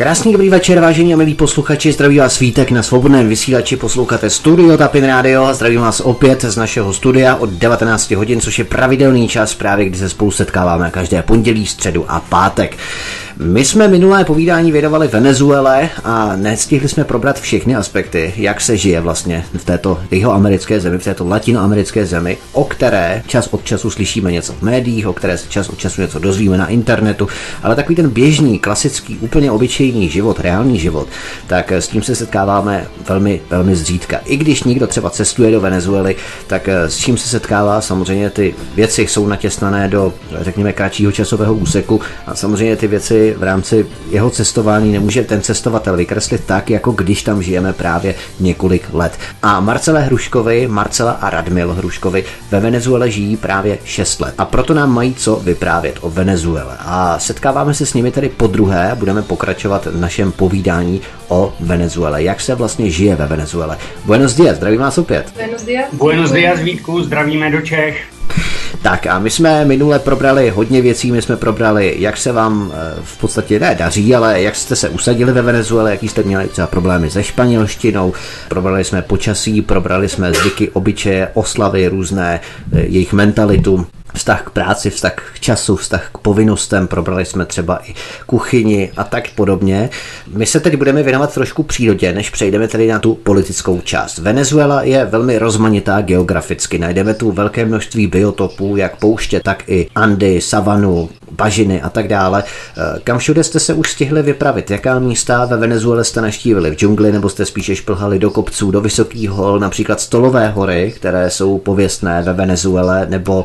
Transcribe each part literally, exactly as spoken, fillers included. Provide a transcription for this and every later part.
Krásný dobrý večer, vážení a milí posluchači, zdraví vás Vítek na svobodném vysílači, posloucháte Studio Tapin Radio a zdravím vás opět z našeho studia od devatenáct hodin, což je pravidelný čas právě, kdy se spolu setkáváme každé pondělí, středu a pátek. My jsme minulé povídání věnovali Venezuele a nestihli jsme probrat všechny aspekty, jak se žije vlastně v této jihoamerické zemi, v této latinoamerické zemi, o které čas od času slyšíme něco v médiích, o které se čas od času něco dozvíme na internetu, ale takový ten běžný, klasický, úplně obyčejný život, reálný život, tak s tím se setkáváme velmi, velmi zřídka. I když někdo třeba cestuje do Venezuely, tak s čím se setkává, samozřejmě ty věci jsou natěsnané do, řekněme, kratšího časového úseku a samozřejmě ty věci v rámci jeho cestování nemůže ten cestovatel vykreslit tak, jako když tam žijeme právě několik let. A Marcele Hruškovi, Marcela a Radmil Hruškovi ve Venezuele žijí právě šest let. A proto nám mají co vyprávět o Venezuele. A setkáváme se s nimi tedy podruhé a budeme pokračovat v našem povídání o Venezuele. Jak se vlastně žije ve Venezuele. Buenos días, zdravím vás opět. Buenos días. Buenos días, Vítku, zdravíme do Čech. Tak a my jsme minule probrali hodně věcí, my jsme probrali, jak se vám v podstatě ne daří, ale jak jste se usadili ve Venezuele, jaký jste měli třeba problémy se španělštinou, probrali jsme počasí, probrali jsme zvyky, obyčeje, oslavy různé, jejich mentalitu, vztah k práci, vztah k času, vztah k povinnostem, probrali jsme třeba i kuchyni a tak podobně. My se teď budeme věnovat trošku přírodě, než přejdeme tedy na tu politickou část. Venezuela je velmi rozmanitá geograficky, najdeme tu velké množství biotopů, jak pouště, tak i Andy, savanu, bažiny a tak dále. Kam všude jste se už stihli vypravit? Jaká místa ve Venezuele jste navštívili? V džungli nebo jste spíše šplhali do kopců, do vysokých hor, například Stolové hory, které jsou pověstné ve Venezuele, nebo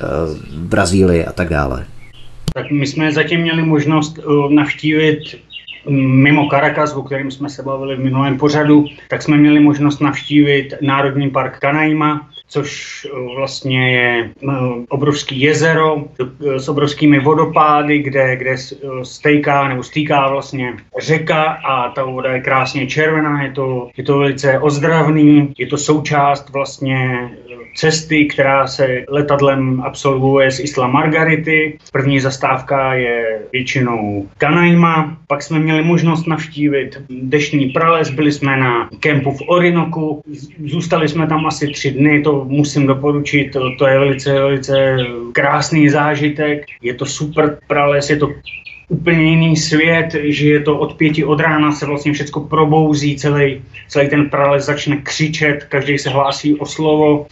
v Brazílii a tak dále? Tak my jsme zatím měli možnost navštívit mimo Caracas, o kterém jsme se bavili v minulém pořadu, tak jsme měli možnost navštívit Národní park Canaima, což vlastně je obrovský jezero s obrovskými vodopády, kde, kde stejká nebo stýká vlastně řeka a ta voda je krásně červená, je to, je to velice ozdravný, je to součást vlastně cesty, která se letadlem absolvuje z Isla Margarity. První zastávka je většinou Canaima, pak jsme měli možnost navštívit deštný prales, byli jsme na kempu v Orinoku, zůstali jsme tam asi tři dny, to musím doporučit, to, to je velice, velice krásný zážitek, je to super prales, je to úplně jiný svět, že je to od pěti od rána se vlastně všechno probouzí, celý, celý ten prales začne křičet, každý se hlásí o slovo.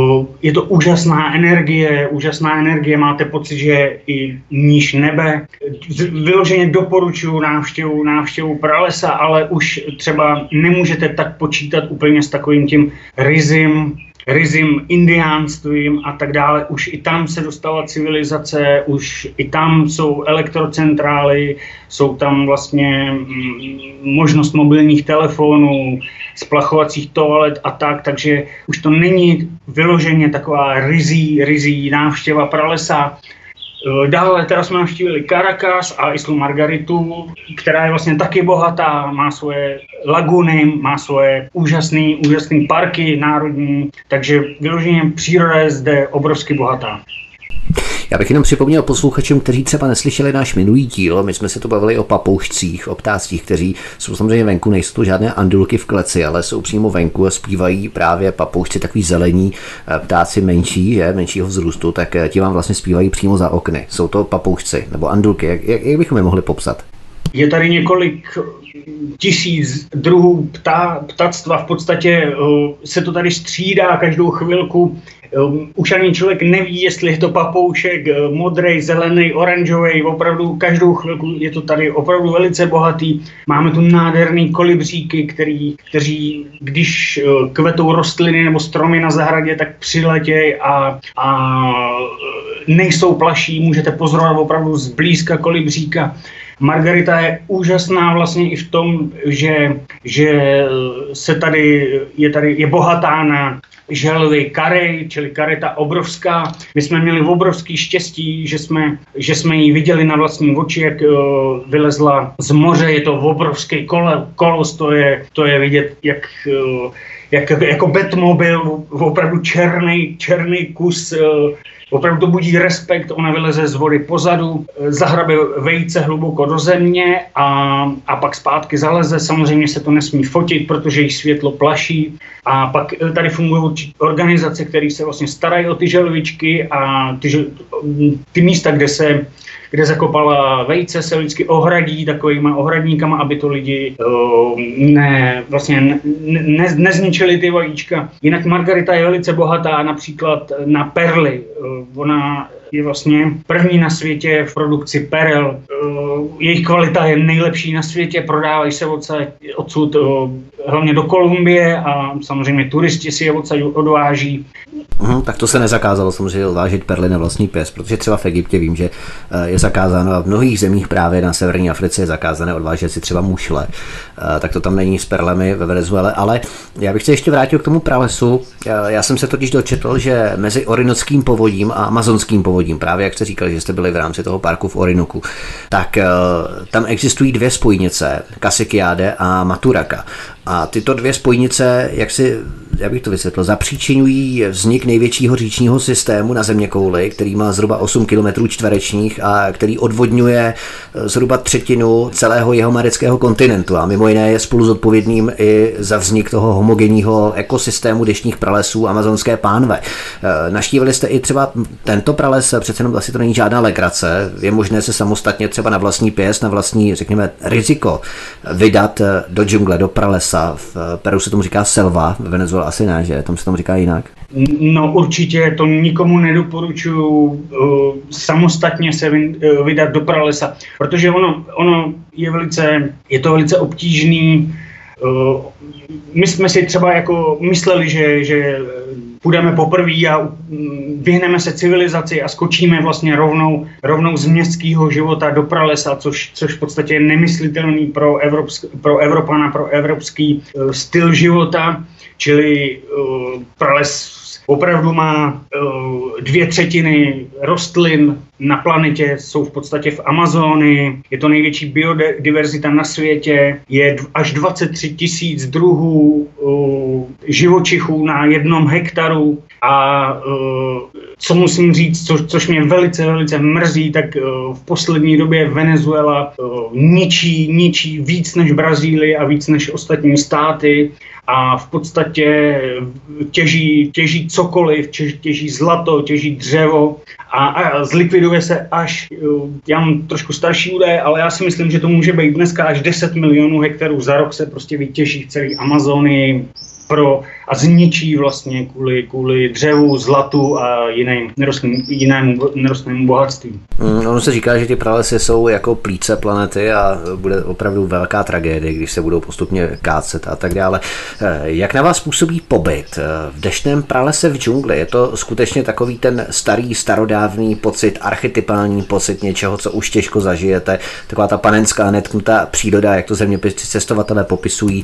Je to úžasná energie, úžasná energie, máte pocit, že je i níž nebe. Vyloženě doporučuji návštěvu, návštěvu pralesa, ale už třeba nemůžete tak počítat úplně s takovým tím ryzím, ryzím indiánstvím a tak dále. Už i tam se dostala civilizace, už i tam jsou elektrocentrály, jsou tam vlastně možnost mobilních telefonů, splachovacích toalet a tak, takže už to není vyloženě taková ryzí, ryzí návštěva pralesa. Dále teda jsme navštívili Caracas a Islu Margaritu, která je vlastně taky bohatá, má svoje laguny, má svoje úžasný, úžasný parky národní, takže vyloženě příroda je zde obrovsky bohatá. Já bych jenom připomněl posluchačům, kteří třeba neslyšeli náš minulý díl. My jsme se tu bavili o papoušcích, o ptácích, kteří jsou samozřejmě venku, nejsou to žádné andulky v kleci, ale jsou přímo venku a zpívají právě papoušci, takový zelení ptáci menší, že, menšího vzrůstu, tak ti vám vlastně zpívají přímo za okny. Jsou to papoušci nebo andulky, jak, jak, jak bychom je mohli popsat? Je tady několik tisíc druhů ptá, ptactva, v podstatě uh, se to tady střídá každou chvilku. Um, už ani člověk neví, jestli je to papoušek uh, modrej, zelený, oranžový, opravdu každou chvilku je to tady opravdu velice bohatý. Máme tu nádherný kolibříky, který, kteří, když uh, kvetou rostliny nebo stromy na zahradě, tak přiletějí a, a nejsou plaší, můžete pozorovat opravdu zblízka kolibříka. Margarita je úžasná vlastně i v tom, že, že se tady je, tady je bohatá na želvy karej, čili kareta obrovská. My jsme měli obrovský štěstí, že jsme, že jsme ji viděli na vlastní oči, jak uh, vylezla z moře. Je to obrovský kolo, kolos, to je, to je vidět, jak, uh, jak jako Batmobil, opravdu černý, černý kus uh, opravdu to budí respekt, ona vyleze z vody pozadu, zahrabe vejce hluboko do země a, a pak zpátky zaleze. Samozřejmě se to nesmí fotit, protože jí světlo plaší. A pak tady fungují organizace, které se vlastně starají o ty želvičky a ty, ty místa, kde se kde zakopala vejce, se vždycky ohradí takovýma ohradníkama, aby to lidi uh, ne, vlastně ne, ne, nezničili ty vajíčka. Jinak Margarita je velice bohatá například na perly. Uh, ona je vlastně první na světě v produkci perel. Uh, jejich kvalita je nejlepší na světě, prodávají se odsud uh, hlavně do Kolumbie a samozřejmě turisti si je odsud odváží. Uhum, tak to se nezakázalo samozřejmě odvážet perly na vlastní pěst, protože třeba v Egyptě vím, že je zakázáno a v mnohých zemích právě na severní Africe je zakázané odvážet si třeba mušle. Tak to tam není s perlemi ve Venezuele, ale já bych se ještě vrátil k tomu pralesu. Já jsem se totiž dočetl, že mezi Orinockým povodím a Amazonským povodím, právě jak jste říkali, že jste byli v rámci toho parku v Orinoku, tak tam existují dvě spojnice, Cassiquiade a Maturaka. A tyto dvě spojnice, jak si, jak bych to vysvětlil, zapříčinují vznik největšího říčního systému na zeměkouli, který má zhruba osm kilometrů čtverečních a který odvodňuje zhruba třetinu celého jihoamerického kontinentu. A mimo jiné je spolu zodpovědným i za vznik toho homogenního ekosystému deštních pralesů amazonské pánve. Naštívili jste i třeba tento prales, přece jenom asi to není žádná legrace. Je možné se samostatně třeba na vlastní pěst, na vlastní, řekněme, riziko vydat do džungle, do pralesa. V Peru se tomu říká selva, ve Venezuele asi ne, že? Tam se tomu říká jinak. No určitě, to nikomu nedoporučuju uh, samostatně se vydat do pralesa, protože ono, ono je velice, je to velice obtížný. Uh, my jsme si třeba jako mysleli, že, že půjdeme poprvé a vyhneme se civilizaci a skočíme vlastně rovnou, rovnou z městského života do pralesa, což, což v podstatě je nemyslitelný pro, Evropsk, pro Evropana, pro evropský uh, styl života, čili uh, prales opravdu má uh, dvě třetiny rostlin na planetě, jsou v podstatě v Amazonii, je to největší biodiverzita na světě, je až dvacet tři tisíc druhů uh, živočichů na jednom hektaru a uh, co musím říct, co, což mě velice, velice mrzí, tak uh, v poslední době Venezuela uh, ničí, ničí víc než Brazílie a víc než ostatní státy. A v podstatě těží, těží cokoliv, těží, těží zlato, těží dřevo a, a zlikviduje se až, já mám trošku starší údaje, ale já si myslím, že to může být dneska až deset milionů hektarů za rok se prostě vytěží v celé Amazonii pro a zničí vlastně kvůli, kvůli dřevu, zlatu a jiným nerostným, jinému nerostnému bohatství. Mm, ono se říká, že ty pralesy jsou jako plíce planety a bude opravdu velká tragédie, když se budou postupně kácet a tak dále. Jak na vás působí pobyt v deštném pralese v džungli? Je to skutečně takový ten starý, starodávný pocit, archetypální pocit něčeho, co už těžko zažijete? Taková ta panenská netknutá příroda, jak to zeměpisci cestovatelé popisují,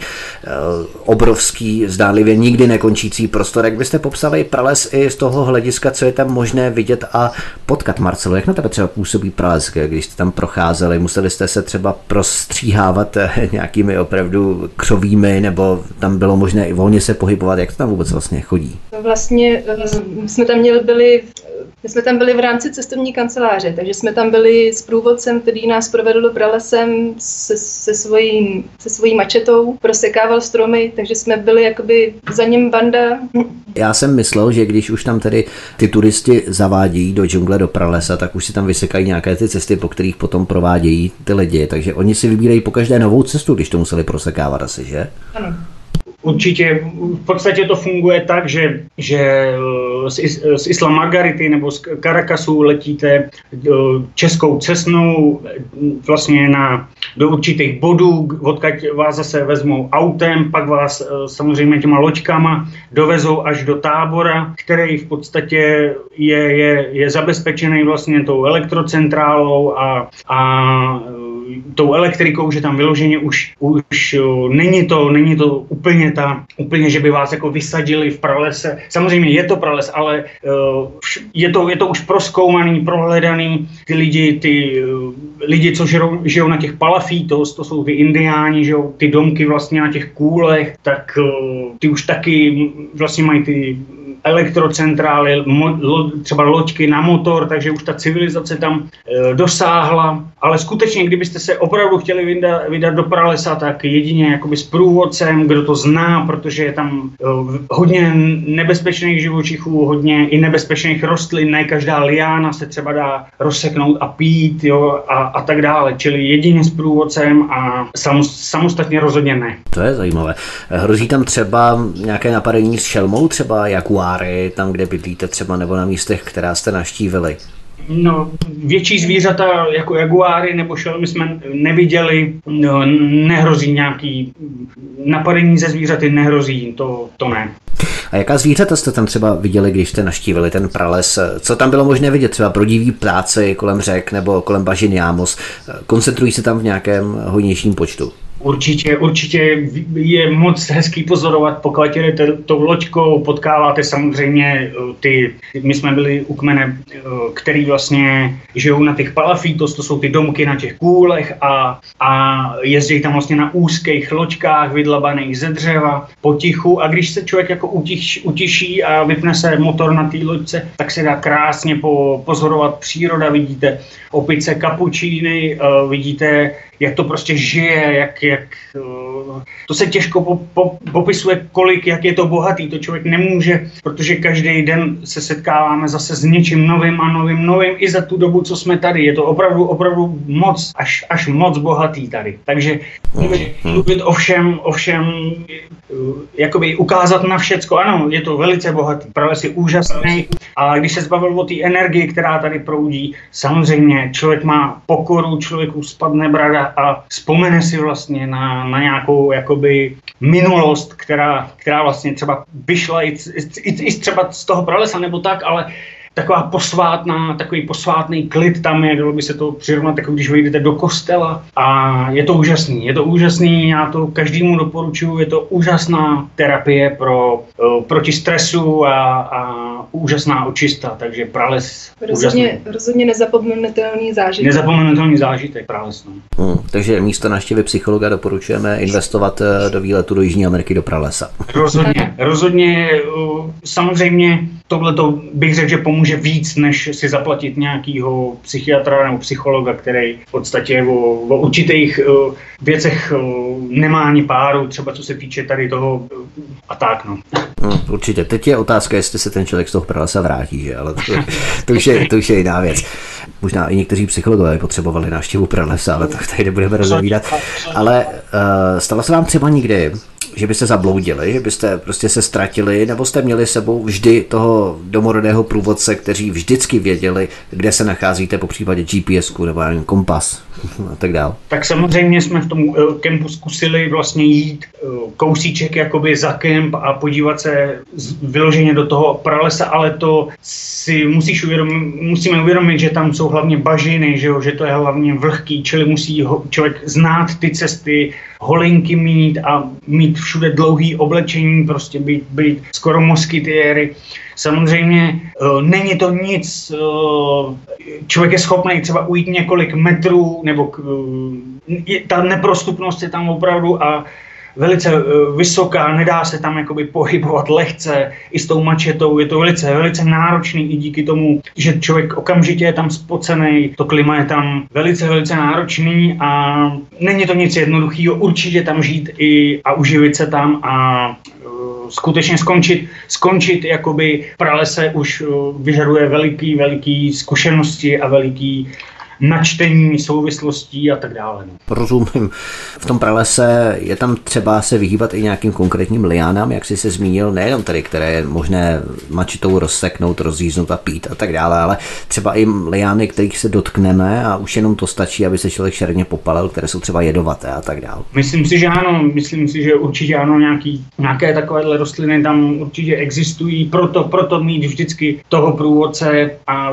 obrovský, zdánlivě nikdy nekončící prostor. Jak byste popsali prales i z toho hlediska, co je tam možné vidět a potkat? Marcelo, jak na tebe třeba působí prales, když jste tam procházeli? Museli jste se třeba prostříhávat nějakými opravdu křovími, nebo tam bylo možné i volně se pohybovat? Jak to tam vůbec vlastně chodí? Vlastně jsme tam měli byli My jsme tam byli v rámci cestovní kanceláře, takže jsme tam byli s průvodcem, který nás provedl pralesem se, se, svojí, se svojí mačetou, prosekával stromy, takže jsme byli jakoby za ním banda. Já jsem myslel, že když už tam tedy ty turisti zavádějí do džungle, do pralesa, tak už si tam vysekají nějaké ty cesty, po kterých potom provádějí ty lidi, takže oni si vybírají po každé novou cestu, když to museli prosekávat asi, že? Ano. Určitě, v podstatě to funguje tak, že, že z, z Isla Margarity nebo z Caracasu letíte českou cestnou vlastně na, do určitých bodů, odkud vás zase vezmou autem, pak vás samozřejmě těma loďkama dovezou až do tábora, který v podstatě je, je, je zabezpečený vlastně tou elektrocentrálou a, a tou elektrikou, že tam vyloženě už, už není to, není to úplně ta, úplně, že by vás jako vysadili v pralese. Samozřejmě je to prales, ale uh, je, to, je to už prozkoumaný, prohledaný. Ty lidi, ty uh, lidi, co žijou, žijou na těch palafítos, to jsou ty indiáni, že ty domky vlastně na těch kůlech, tak uh, ty už taky vlastně mají ty elektrocentrály, mo, lo, třeba loďky na motor, takže už ta civilizace tam e, dosáhla. Ale skutečně, kdybyste se opravdu chtěli vydat, vydat do pralesa, tak jedině jakoby s průvodcem, kdo to zná, protože je tam e, hodně nebezpečných živočichů, hodně i nebezpečných rostlin, ne každá liána se třeba dá rozseknout a pít, jo, a, a tak dále. Čili jedině s průvodcem a samostatně rozhodně ne. To je zajímavé. Hrozí tam třeba nějaké napadení s šelmou, třeba jaguáry, tam, kde bydlíte třeba, nebo na místech, která jste navštívili? No, větší zvířata jako jaguáry nebo šelmy jsme neviděli, no, nehrozí nějaký napadení ze zvířaty, nehrozí, to, to ne. A jaká zvířata jste tam třeba viděli, když jste navštívili ten prales? Co tam bylo možné vidět? Třeba prodiví ptáci kolem řek nebo kolem bažin Jámos? Koncentrují se tam v nějakém hojnějším počtu? Určitě, určitě je moc hezký pozorovat, pokud jdete tou loďkou, potkáváte samozřejmě ty, my jsme byli u kmene, který vlastně žijou na těch palafítos, to jsou ty domky na těch kůlech a, a jezdí tam vlastně na úzkých loďkách vydlabaných ze dřeva potichu a když se člověk jako utiš, utiší a vypne se motor na té loďce, tak se dá krásně po, pozorovat příroda, vidíte opice, kapučíny, vidíte, jak to prostě žije, jak, jak to se těžko po, po, popisuje, kolik, jak je to bohatý, to člověk nemůže, protože každý den se setkáváme zase s něčím novým a novým, novým i za tu dobu, co jsme tady. Je to opravdu, opravdu moc, až, až moc bohatý tady. Takže mluvit o všem, o všem, jakoby ukázat na všecko. Ano, je to velice bohatý. Prales je úžasný a když se zbavil o té energii, která tady proudí, samozřejmě člověk má pokoru, člověku spadne brada a vzpomene si vlastně na, na nějakou jakoby minulost, která, která vlastně třeba vyšla i, i, i třeba z toho pralesa nebo tak, ale taková posvátná, takový posvátný klid tam je, dalo by se to přirovnat, jako když vyjdete do kostela a je to úžasný, je to úžasný, já to každému doporučuji, je to úžasná terapie pro, uh, proti stresu a, a úžasná očista, takže prales rozhodně, rozhodně nezapomenutelný zážitek. Nezapomenutelný zážitek, prales. No. Hmm, takže místo návštěvy psychologa doporučujeme investovat do výletu do Jižní Ameriky do pralesa. Rozhodně, rozhodně, uh, samozřejmě tohleto bych řekl, že pomůže víc, než si zaplatit nějakýho psychiatra nebo psychologa, který v podstatě o, o určitých uh, věcech uh, nemá ani páru, třeba co se týče tady toho uh, a tak, no. Hmm, určitě. Teď je otázka, jestli se ten člověk z toho pralesa vrátí, že? Ale to, to, už je, to už je jiná věc. Možná i někteří psychologové potřebovali návštěvu pralesa, ale to tady nebudeme rozvídat. Ale uh, stalo se vám třeba nikdy, že byste zabloudili, že byste prostě se ztratili, nebo jste měli sebou vždy toho domorodého průvodce, kteří vždycky věděli, kde se nacházíte, po případě G P S ku nebo jen kompas a tak dále? Tak samozřejmě jsme v tom uh, kempu zkusili vlastně jít uh, kousíček jakoby za kemp a podívat se vyloženě do toho pralesa, ale to si musíš uvědomit, musíme uvědomit, že tam jsou hlavně bažiny, že, jo, že to je hlavně vlhký, čili musí ho, člověk znát ty cesty, holinky mít a mít všude dlouhý oblečení, prostě být, být skoro moskytiéry. Samozřejmě uh, není to nic, uh, člověk je schopný třeba ujít několik metrů, nebo uh, je, ta neprostupnost je tam opravdu a velice uh, vysoká, nedá se tam jakoby pohybovat lehce, i s tou mačetou, je to velice, velice náročný i díky tomu, že člověk okamžitě je tam spocený, to klima je tam velice, velice náročný a není to nic jednoduchého, určitě tam žít i a uživit se tam a uh, skutečně skončit, skončit jakoby v pralese už uh, vyžaduje veliký, veliký zkušenosti a veliký načtení souvislostí a tak dále. Rozumím. V tom pralese je tam třeba se vyhýbat i nějakým konkrétním liánám, jak jsi se zmínil, nejenom tady, které je možné mačitou rozseknout, rozříznout a pít a tak dále, ale třeba i liány, kterých se dotkneme a už jenom to stačí, aby se člověk šerně popalil, které jsou třeba jedovaté a tak dále. Myslím si, že ano, myslím si, že určitě ano, nějaký, nějaké takovéhle rostliny tam určitě existují, proto, proto mít vždycky toho průvodce a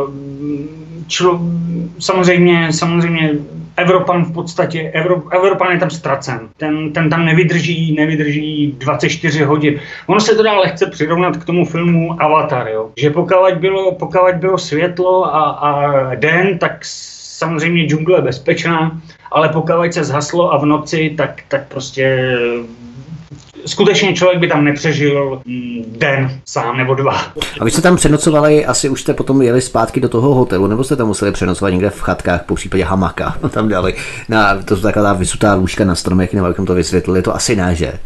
člo, samozřejmě, samozřejmě Evropan v podstatě, Evro, Evropan je tam ztracen. Ten, ten tam nevydrží, nevydrží dvacet čtyři hodin. Ono se to dá lehce přirovnat k tomu filmu Avatar, jo. Že pokud bylo, pokud bylo světlo a, a den, tak samozřejmě džungle je bezpečná, ale pokud se zhaslo a v noci, tak, tak prostě skutečně člověk by tam nepřežil den sám nebo dva. A vy jste tam přenocovali, asi už jste potom jeli zpátky do toho hotelu, nebo jste tam museli přenocovat někde v chatkách, po případě hamaka, tam dali, na, to jsou taková vysutá lůžka na stromech, nebo jak to vysvětlili, to asi ne, že?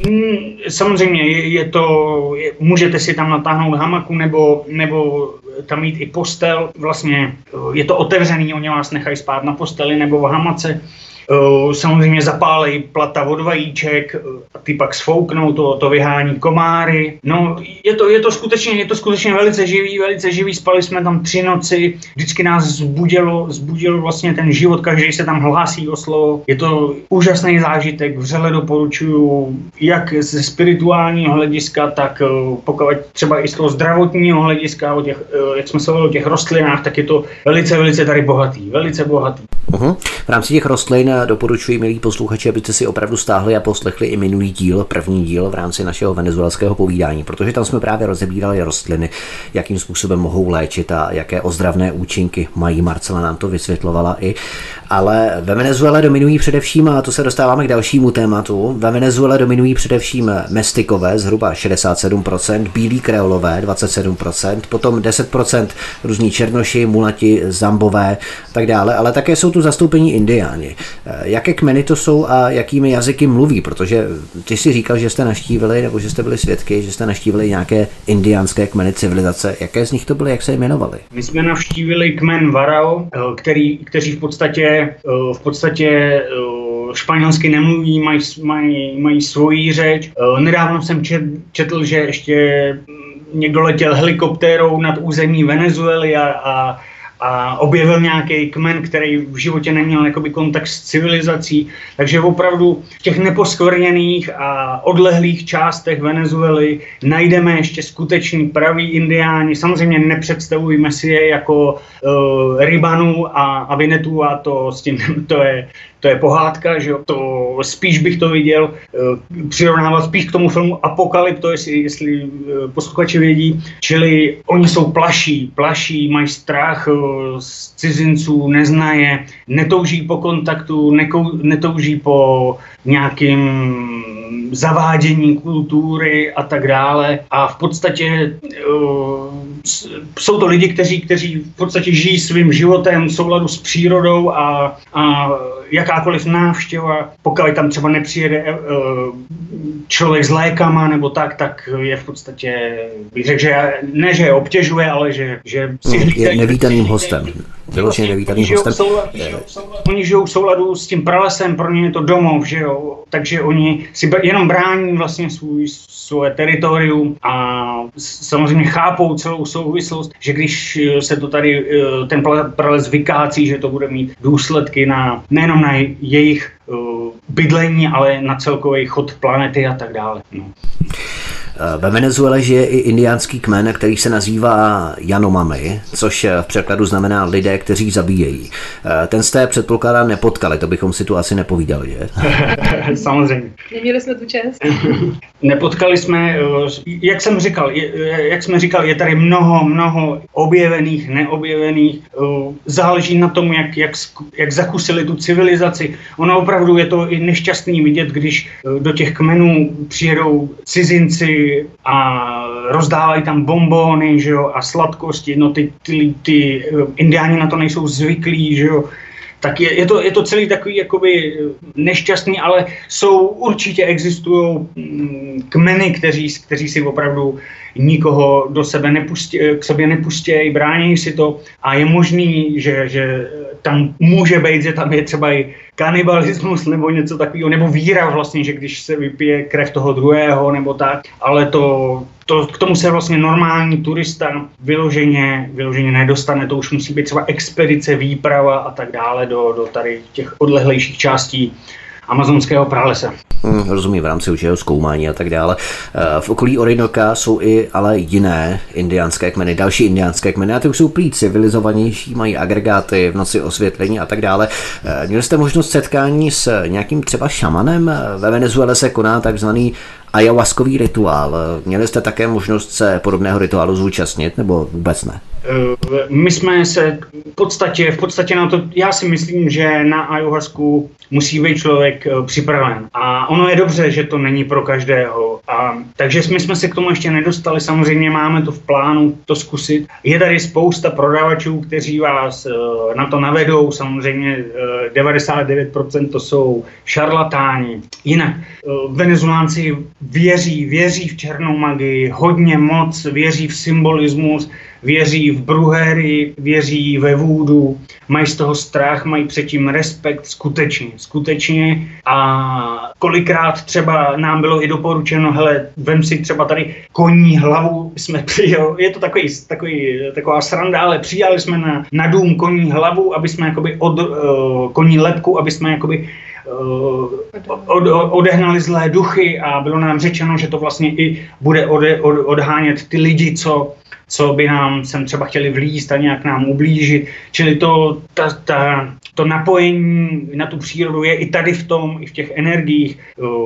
Samozřejmě je, je to, je, můžete si tam natáhnout hamaku nebo, nebo tam mít i postel, vlastně je to otevřený, oni vás nechají spát na posteli nebo v hamace. Samozřejmě zapálejí plata od vajíček a ty pak sfouknou, to, to vyhání komáry. No, je to, je to skutečně, je to skutečně velice živý, velice živý. Spali jsme tam tři noci, vždycky nás zbudilo, zbudilo vlastně ten život, každý se tam hlásí o slovo. Je to úžasný zážitek, vřele doporučuju, jak ze spirituálního hlediska, tak pokud třeba i z toho zdravotního hlediska, o těch, jak jsme se o těch rostlinách, tak je to velice, velice tady bohatý, velice bohatý. Uhum. V rámci těch rostlin doporučuji, milí posluchači, abyste si opravdu stáhli a poslechli i minulý díl, první díl v rámci našeho venezuelského povídání, protože tam jsme právě rozebírali rostliny, jakým způsobem mohou léčit a jaké ozdravné účinky mají. Marcela nám to vysvětlovala i. Ale ve Venezuele dominují především, a to se dostáváme k dalšímu tématu, ve Venezuele dominují především mestikové, zhruba šedesát sedm procent, bílí kreolové, dvacet sedm procent, potom deset procent různí černoši, mulati, zambové, tak dále, ale také jsou tu zastoupení indiáni. Jaké kmeny to jsou a jakými jazyky mluví? Protože ty si říkal, že jste navštívili, nebo že jste byli svědky, že jste navštívili nějaké indiánské kmeny civilizace. Jaké z nich to byly, jak se jmenovali? My jsme navštívili kmen Varao, který, kteří v podstatě, v podstatě španělsky nemluví, mají, mají, mají svoji řeč. Nedávno jsem čet, četl, že ještě někdo letěl helikoptérou nad území Venezuely a, a a objevil nějaký kmen, který v životě neměl jakoby kontakt s civilizací. Takže opravdu v těch neposkvrněných a odlehlých částech Venezuely najdeme ještě skutečný pravý indiáni. Samozřejmě nepředstavujeme si je jako uh, Ribanu a, a Vinetu a to s tím, to je To je pohádka, že jo, to spíš bych to viděl uh, přirovnávat spíš k tomu filmu Apokalypto, jestli, jestli uh, posluchači vědí. Čili oni jsou plaší, plaší, mají strach uh, z cizinců, neznaje, netouží po kontaktu, nekou, netouží po nějakým zavádění kultury a tak dále. A v podstatě uh, jsou to lidi, kteří, kteří v podstatě žijí svým životem v souladu s přírodou a, a jakákoliv návštěva, pokud tam třeba nepřijede uh, člověk s lékama nebo tak, tak je v podstatě, bych řekl, že ne, že je obtěžuje, ale že, že si hmm, je nevítaným hostem. Vyloženě nevítaným hostem. Oni žijou v souladu s tím pralesem, pro ně je to domov, že jo, takže oni si jenom brání vlastně svůj, svoje teritorium a samozřejmě chápou celou souvislost, že když se to tady, ten prales vykácí, že to bude mít důsledky na, nejenom na jejich uh, bydlení, ale na celkový chod planety a tak dále. No. Ve Venezuele žije i indiánský kmen, který se nazývá Yanomami, což v překladu znamená lidé, kteří zabíjejí. Ten jste, předpokládám, nepotkali, to bychom si tu asi nepovídali, že? Samozřejmě. Neměli jsme tu čest. Nepotkali jsme, jak jsem říkal, jak jsme říkali, je tady mnoho, mnoho objevených, neobjevených. Záleží na tom, jak, jak, jak zakusili tu civilizaci. Ono opravdu je to i nešťastný vidět, když do těch kmenů přijedou cizinci a rozdávají tam bonbony, že jo, a sladkosti. No ty, ty, ty indiáni na to nejsou zvyklí, že jo. Tak je, je, to, je to celý takový jakoby nešťastný, ale jsou, určitě existují kmeny, kteří, kteří si opravdu nikoho do sebe nepustí, k sobě nepustějí, brání si to a je možný, že, že tam může být, že tam je třeba i kanibalismus nebo něco takového, nebo víra vlastně, že když se vypije krev toho druhého nebo tak, ale to, to k tomu se vlastně normální turista vyloženě, vyloženě nedostane, to už musí být třeba expedice, výprava a tak dále do, do tady těch odlehlejších částí amazonského pralesa. Hmm, rozumím, v rámci určitého zkoumání a tak dále. V okolí Orinoka jsou i ale jiné indiánské kmeny, další indiánské kmeny, a ty už jsou prý civilizovanější, mají agregáty, v noci osvětlení a tak dále. Měli jste možnost setkání s nějakým třeba šamanem? Ve Venezuele se koná takzvaný ayahuaskový rituál. Měli jste také možnost se podobného rituálu zúčastnit, nebo vůbec ne? My jsme se v podstatě, v podstatě na to, já si myslím, že na ayahuasku musí být člověk připraven. A ono je dobře, že to není pro každého. A, takže my jsme se k tomu ještě nedostali, samozřejmě máme to v plánu to zkusit. Je tady spousta prodavačů, kteří vás na to navedou, samozřejmě devadesát devět procent to jsou šarlatáni. Jinak Venezuelánci věří, věří v černou magii, hodně moc, věří v symbolismus, věří v bruhéry, věří ve vůdu, mají z toho strach, mají předtím respekt, skutečně, skutečně. A kolikrát třeba nám bylo i doporučeno, hele, vem si třeba tady koní hlavu, jsme přijeli, je to takový, takový, taková sranda, ale přijali jsme na, na dům koní hlavu, aby jsme jakoby od uh, koní lebku, aby jsme jakoby Od, od, odehnali zlé duchy a bylo nám řečeno, že to vlastně i bude ode, od, odhánět ty lidi, co, co by nám sem třeba chtěli vlízt a nějak nám ublížit. Čili to, ta, ta, to napojení na tu přírodu je i tady v tom, i v těch energiích,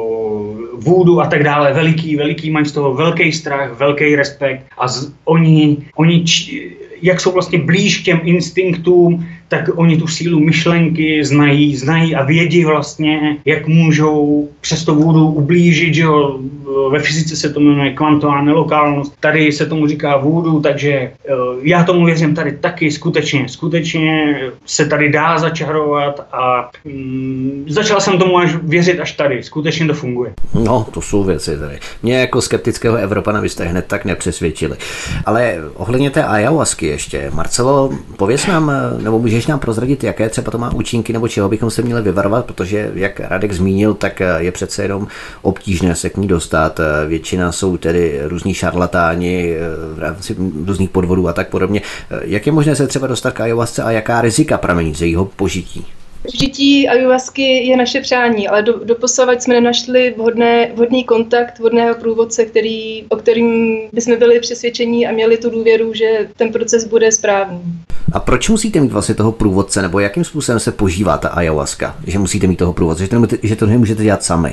vůdu a tak dále. Veliký, veliký, mají z toho velký strach, velký respekt a z, oni, oni či, jak jsou vlastně blíž k těm instinktům, tak oni tu sílu myšlenky znají, znají a vědí vlastně, jak můžou přes to vůdu ublížit, že jo, ve fyzice se to jmenuje kvantová nelokálnost, tady se tomu říká vůdu, takže já tomu věřím tady taky, skutečně, skutečně se tady dá začarovat a mm, začal jsem tomu až věřit až tady, skutečně to funguje. No, to jsou věci tady. Mě jako skeptického Evropana byste hned tak nepřesvědčili. Ale ohledně té ayahuasky ještě, Marcelo, pověz nám, nebo můžeš nám prozradit, jaké třeba to má účinky, nebo čeho bychom se měli vyvarovat, protože, jak Radek zmínil, tak je přece jenom obtížné se k ní dostat. Většina jsou tedy různí šarlatáni v rámci různých podvodů a tak podobně. Jak je možné se třeba dostat k ayahuasce a jaká rizika pramení z jejího požití? Užití ayahuasky je naše přání, ale do, doposavad jsme nenašli vhodné, vhodný kontakt, vhodného průvodce, který, o kterým bychom byli přesvědčení a měli tu důvěru, že ten proces bude správný. A proč musíte mít vlastně toho průvodce, nebo jakým způsobem se požívá ta ayahuaska, že musíte mít toho průvodce, že to, že to nemůžete dělat sami?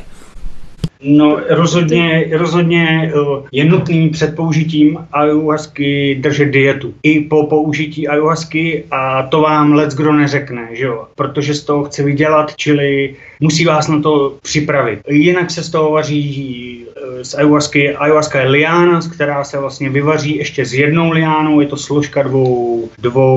No rozhodně, rozhodně je nutný před použitím ayahuasky držet dietu. I po použití ayahuasky a to vám leckdo neřekne, že jo? Protože z toho chce vydělat, čili musí vás na to připravit. Jinak se z toho vaří z ayahuasky. Ayahuaska je liána, která se vlastně vyvaří ještě s jednou liánou, je to složka dvou,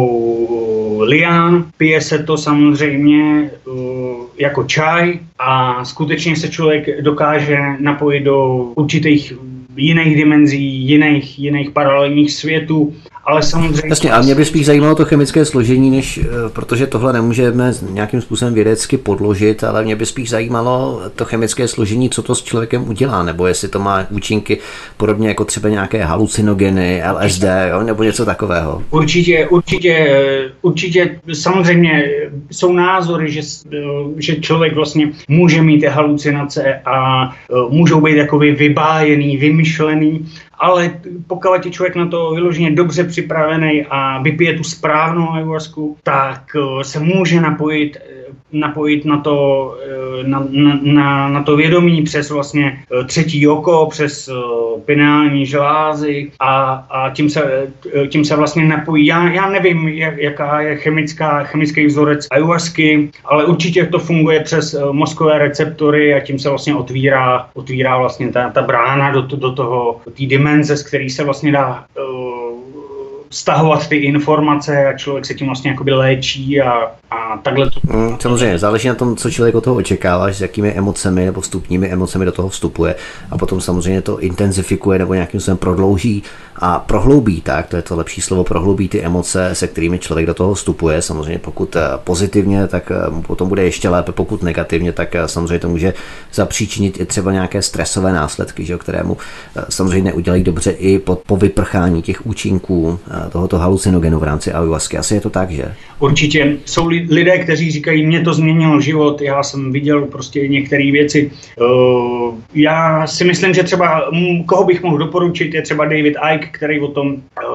dvou lián. Pije se to samozřejmě jako čaj a skutečně se člověk dokáže napojit do určitých jiných dimenzí, jiných, jiných paralelních světů, ale samozřejmě... Jasně, a mě by spíš zajímalo to chemické složení, než, protože tohle nemůžeme nějakým způsobem vědecky podložit, ale mě by spíš zajímalo to chemické složení, co to s člověkem udělá, nebo jestli to má účinky podobně jako třeba nějaké halucinogeny, L S D, jo, nebo něco takového. Určitě, určitě, určitě, samozřejmě jsou názory, že, že člověk vlastně může mít halucinace a můžou být jakoby vybájený, vymyšlený, ale pokud je člověk na to vyloženě dobře připravený a vypije tu správnou ayahuasku, tak se může napojit, napojit na to, na, na, na, na to vědomí přes vlastně třetí oko, přes pineální žlázy a, a tím, se, tím se vlastně napojí. Já, já nevím, jak, jaká je chemická, chemický vzorec ayahuasky, ale určitě to funguje přes mozkové receptory a tím se vlastně otvírá, otvírá vlastně ta, ta brána do, do toho, do té dimenze, z který se vlastně dá uh, stahovat ty informace a člověk se tím vlastně jakoby léčí a, a takhle to... Mm, samozřejmě, záleží na tom, co člověk od toho očekává, s jakými emocemi nebo vstupními emocemi do toho vstupuje a potom samozřejmě to intenzifikuje nebo nějakým způsobem prodlouží a prohloubí, tak to je to lepší slovo, prohloubí ty emoce, se kterými člověk do toho vstupuje. Samozřejmě pokud pozitivně, tak potom bude ještě lépe, pokud negativně, tak samozřejmě to může zapříčinit i třeba nějaké stresové následky, že, kterému samozřejmě neudělají dobře i po, po vyprchání těch účinků tohoto halucinogenu v rámci ayahuasky. Asi je to tak, že? Určitě. Jsou lidé, kteří říkají, mě to změnilo život, já jsem viděl prostě některé věci. Uh, já si myslím, že třeba, koho bych mohl doporučit, je třeba David Icke, který o tom uh,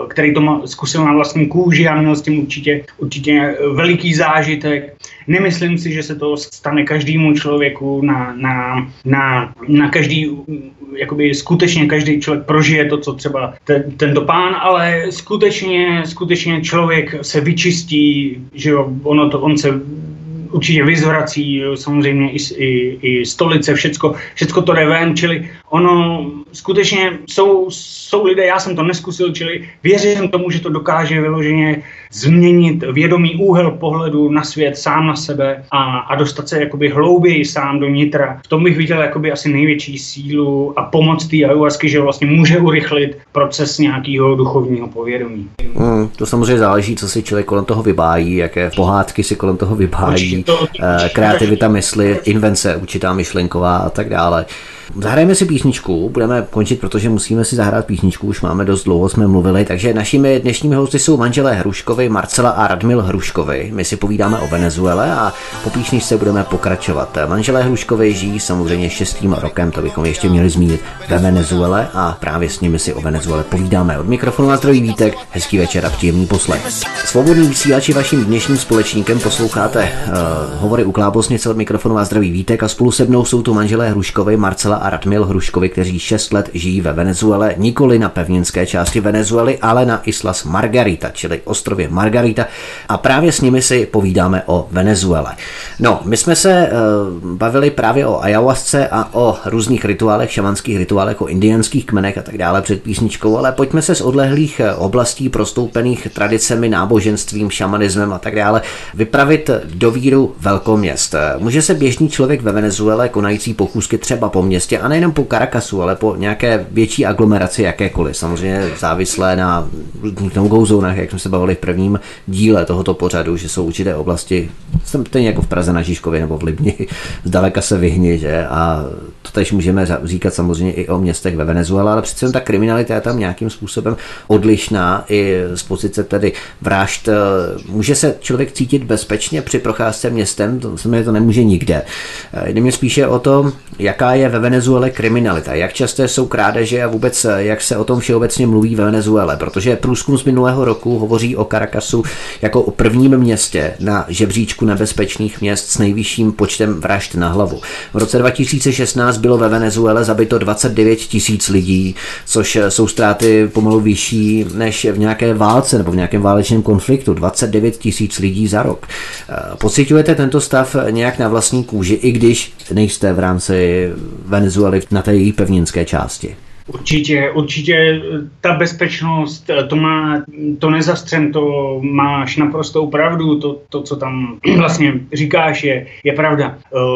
který to zkusil na vlastní kůži a měl s tím určitě, určitě veliký zážitek. Nemyslím si, že se to stane každému člověku na, na, na, na každý, jakoby skutečně každý člověk prožije to, co třeba te, tento pán, ale skutečně, skutečně člověk se vyčistí, že jo, ono to, on se určitě vyzvrací, samozřejmě i, i, i stolice, všecko, všecko to jde ven, čili ono skutečně jsou, jsou lidé, já jsem to neskusil, čili věřím tomu, že to dokáže vyloženě změnit vědomý úhel pohledu na svět, sám na sebe a, a dostat se jakoby hlouběji sám do nitra. V tom bych viděl jakoby asi největší sílu a pomoc té ayahuasky, že vlastně může urychlit proces nějakého duchovního povědomí. Hmm, to samozřejmě záleží, co si člověk kolem toho vybájí, jaké pohádky si kolem toho vybájí, to, to, kreativita mysli, invence, určitá myšlenková a tak dále. Zahrajeme si písničku, budeme končit, protože musíme si zahrát písničku, už máme dost dlouho, jsme mluvili, takže našimi dnešními hosty jsou manželé Hruškovi, Marcela a Radmil Hruškovi. My si povídáme o Venezuele a po písničce budeme pokračovat. Manželé Hruškovi žijí samozřejmě šestým rokem, to bychom ještě měli zmínit, ve Venezuele a právě s nimi si o Venezuele povídáme. Od mikrofonu a zdraví Vítek, hezký večer a příjemný poslech. Svobodný vysílači, vaším dnešním společníkem posloucháte uh, hovory u Klábosnice, od mikrofonu a zdraví Vítek a spolu se mnou jsou tu manželé Hruškovi, Marcela a Radmil Hruškovi, kteří šest let žijí ve Venezuele, nikoli na pevninské části Venezuely, ale na Islas Margarita, čili ostrově Margarita, a právě s nimi si povídáme o Venezuele. No, my jsme se uh, bavili právě o ayahuasce a o různých rituálech, šamanských rituálech, o indiánských kmenech a tak dále před písničkou, ale pojďme se z odlehlých oblastí prostoupených tradicemi, náboženstvím, šamanismem a tak dále vypravit do víru velkoměst. Může se běžný člověk ve Venezuele konající pochůzky třeba po městě, a nejenom po Caracasu, ale po nějaké větší aglomeraci jakékoliv, samozřejmě závislé na no-go zónách, jak jsme se bavili v prvním díle tohoto pořadu, že jsou určité oblasti, stejně jako v Praze na Žižkově nebo v Libni, zdaleka se vyhni, že? A to tež můžeme říkat samozřejmě i o městech ve Venezuele, ale přece ta kriminalita je tam nějakým způsobem odlišná i z pozice tedy vražd. Může se člověk cítit bezpečně při procházce městem? To znamená, to nemůže nikde. Jde mi spíše o to, jaká je ve Venezuele kriminalita, jak časté jsou krádeže a vůbec jak se o tom všeobecně mluví ve Venezuele, protože průzkum z minulého roku hovoří o Caracasu jako o prvním městě na žebříčku nebezpečných měst s nejvyšším počtem vražd na hlavu. V roce dva tisíce šestnáct bylo ve Venezuele zabito dvacet devět tisíc lidí, což jsou ztráty pomalu vyšší než v nějaké válce nebo v nějakém válečném konfliktu. dvacet devět tisíc lidí za rok. Pociťujete tento stav nějak na vlastní kůži, i když nejste v rámci Venezuely na té její pevninské části? Určitě, určitě ta bezpečnost, to má, to nezastřem, to máš naprostou pravdu, to, to co tam vlastně říkáš, je, je pravda.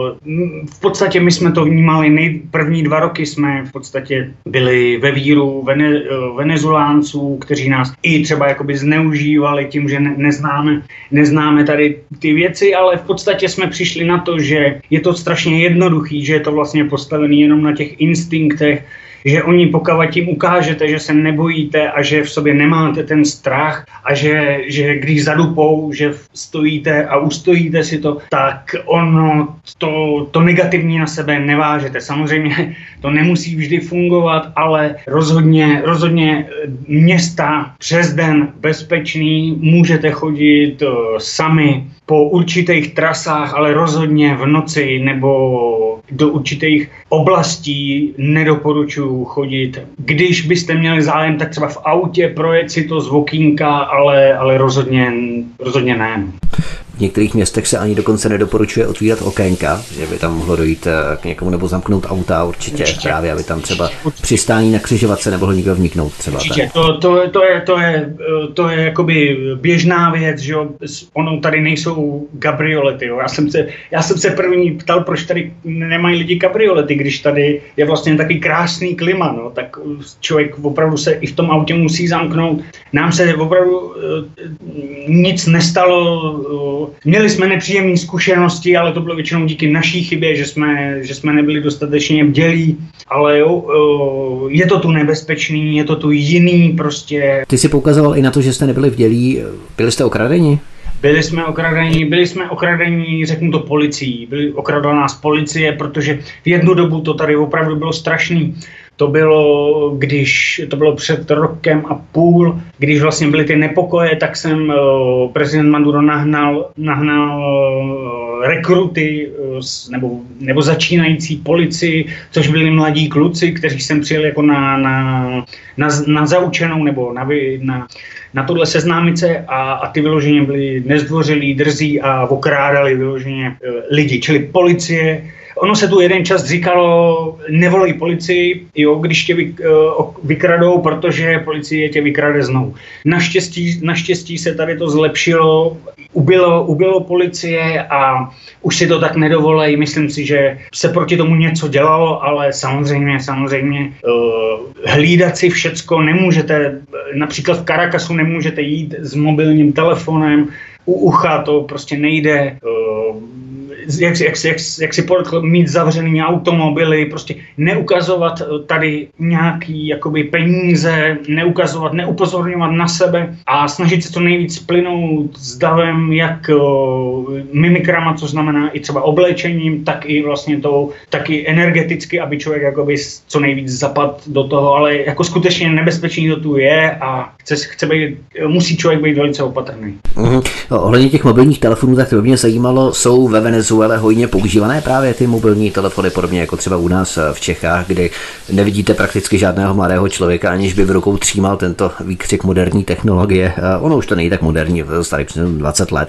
V podstatě my jsme to vnímali, nej, první dva roky jsme v podstatě byli ve víru Vene, Venezulánců, kteří nás i třeba jakoby zneužívali tím, že ne, neznáme, neznáme tady ty věci, ale v podstatě jsme přišli na to, že je to strašně jednoduchý, že je to vlastně postavený jenom na těch instinktech, že oni pokud tím ukážete, že se nebojíte a že v sobě nemáte ten strach a že, že když zadupou, že stojíte a ustojíte si to, tak ono to, to negativní na sebe nevážete. Samozřejmě to nemusí vždy fungovat, ale rozhodně, rozhodně města přes den bezpečný, můžete chodit sami po určitých trasách, ale rozhodně v noci nebo do určitých oblastí nedoporučuji chodit. Když byste měli zájem, tak třeba v autě projet si to z okýnka, ale, ale rozhodně, rozhodně ne. V některých městech se ani dokonce nedoporučuje otvírat okénka, že by tam mohlo dojít k někomu nebo zamknout auta určitě, určitě. Právě, aby tam třeba přistání na křižovatce nemohl nikdo vniknout třeba. Určitě, to, to, to, je, to, je, to je jakoby běžná věc, že jo, ono tady nejsou kabriolety, jo. Já jsem se, já jsem se první ptal, proč tady nemají lidi kabriolety, když tady je vlastně takový krásný klima, no, tak člověk opravdu se i v tom autě musí zamknout. Nám se opravdu nic nestalo. Měli jsme nepříjemné zkušenosti, ale to bylo většinou díky naší chybě, že jsme, že jsme nebyli dostatečně bdělí, ale jo, je to tu nebezpečný, je to tu jiný prostě. Ty jsi poukazoval i na to, že jste nebyli bdělí, byli jste okradeni? Byli jsme okradení, byli jsme okradení, řeknu to, policií. Byli okradla nás policie, protože v jednu dobu to tady opravdu bylo strašný. to bylo, když to bylo před rokem a půl, když vlastně byly ty nepokoje, tak jsem prezident Maduro nahnal, nahnal rekruty nebo, nebo začínající policii, což byli mladí kluci, kteří sem přijeli jako na, na, na, na zaučenou nebo na, na, na tohle seznámice a, a ty vyloženě byli nezdvořilí, drzí a okrádali vyloženě lidi, čili policie. Ono se tu jeden čas říkalo, nevolej policii, jo, když tě vy, uh, vykradou, protože policie tě vykrade znovu. Naštěstí, naštěstí se tady to zlepšilo, ubylo, ubylo policie a už si to tak nedovolej. Myslím si, že se proti tomu něco dělalo, ale samozřejmě, samozřejmě uh, hlídat si všecko nemůžete, například v Caracasu nemůžete jít s mobilním telefonem, u ucha to prostě nejde, uh, Jak, jak, jak, jak si podotkl, mít zavřený automobily, prostě neukazovat tady nějaký jakoby peníze, neukazovat, neupozorňovat na sebe a snažit se to nejvíc plynout s davem, jak o, mimikrama, co znamená i třeba oblečením, tak i vlastně to, tak i energeticky, aby člověk jakoby co nejvíc zapad do toho, ale jako skutečně nebezpečný to tu je a chce, chce být, musí člověk být velice opatrný. Mm-hmm. No, ohledně těch mobilních telefonů, tak to by mě zajímalo, jsou ve Venezuele hojně používané právě ty mobilní telefony, podobně jako třeba u nás v Čechách, kdy nevidíte prakticky žádného mladého člověka, aniž by v rukou třímal tento výkřik moderní technologie. Ono už to není tak moderní, to starý přes dvacet let,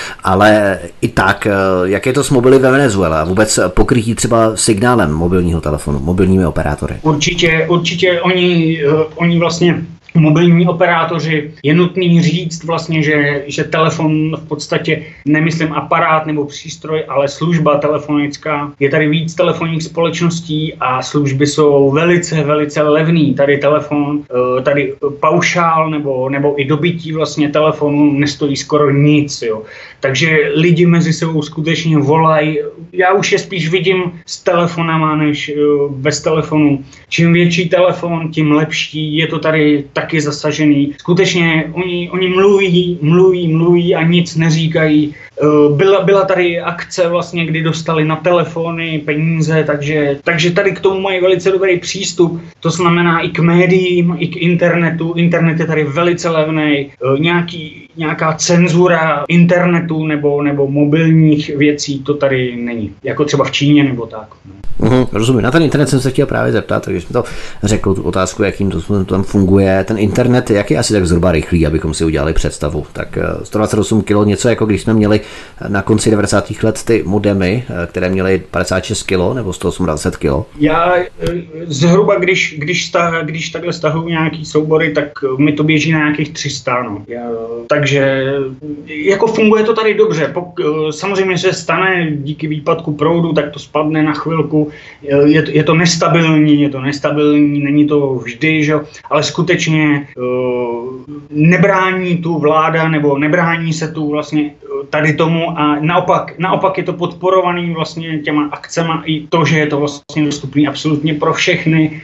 ale i tak, jak je to s mobily ve Venezuele a vůbec pokrytí třeba signálem mobilního telefonu, mobilními operátory? Určitě, určitě oni, oni vlastně mobilní operátoři, je nutný říct vlastně, že, že telefon v podstatě, nemyslím aparát nebo přístroj, ale služba telefonická. Je tady víc telefonních společností a služby jsou velice, velice levný. Tady telefon, tady paušál nebo, nebo i dobytí vlastně telefonu nestojí skoro nic. Jo. Takže lidi mezi sebou skutečně volají. Já už je spíš vidím s telefonama než bez telefonu. Čím větší telefon, tím lepší. Je to tady taky zasažený. Skutečně oni, oni mluví, mluví, mluví a nic neříkají. Byla, byla tady akce vlastně, kdy dostali na telefony peníze, takže, takže tady k tomu mají velice dobrý přístup. To znamená i k médiím, i k internetu. Internet je tady velice levný. Nějaký, nějaká cenzura internetu nebo, nebo mobilních věcí, to tady není. Jako třeba v Číně nebo tak. Uhum, rozumím. Na ten internet jsem se chtěl právě zeptat, takže jsme to řekl, tu otázku, jakým to tam funguje. Ten internet, jak je asi tak zhruba rychlý, abychom si udělali představu. Tak sto dvacet osm kilo, něco jako když jsme měli na konci devadesátých let ty modemy, které měly padesát šest kilo nebo sto osmdesát kilo. Já zhruba, když, když, sta, když takhle stahuju nějaký soubory, tak mi to běží na nějakých tři sta. No. Já, takže jako funguje to tady dobře. Pok, samozřejmě se stane díky výpadku proudu, tak to spadne na chvilku. Je to, je to nestabilní, je to nestabilní, není to vždy, že? Ale skutečně uh, nebrání tu vláda nebo nebrání se tu vlastně tady tomu a naopak, naopak je to podporovaný vlastně těma akcema i to, že je to vlastně dostupný absolutně pro všechny.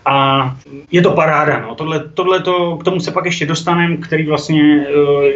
A je to paráda, no. Tohle, tohleto, k tomu se pak ještě dostaneme, který vlastně,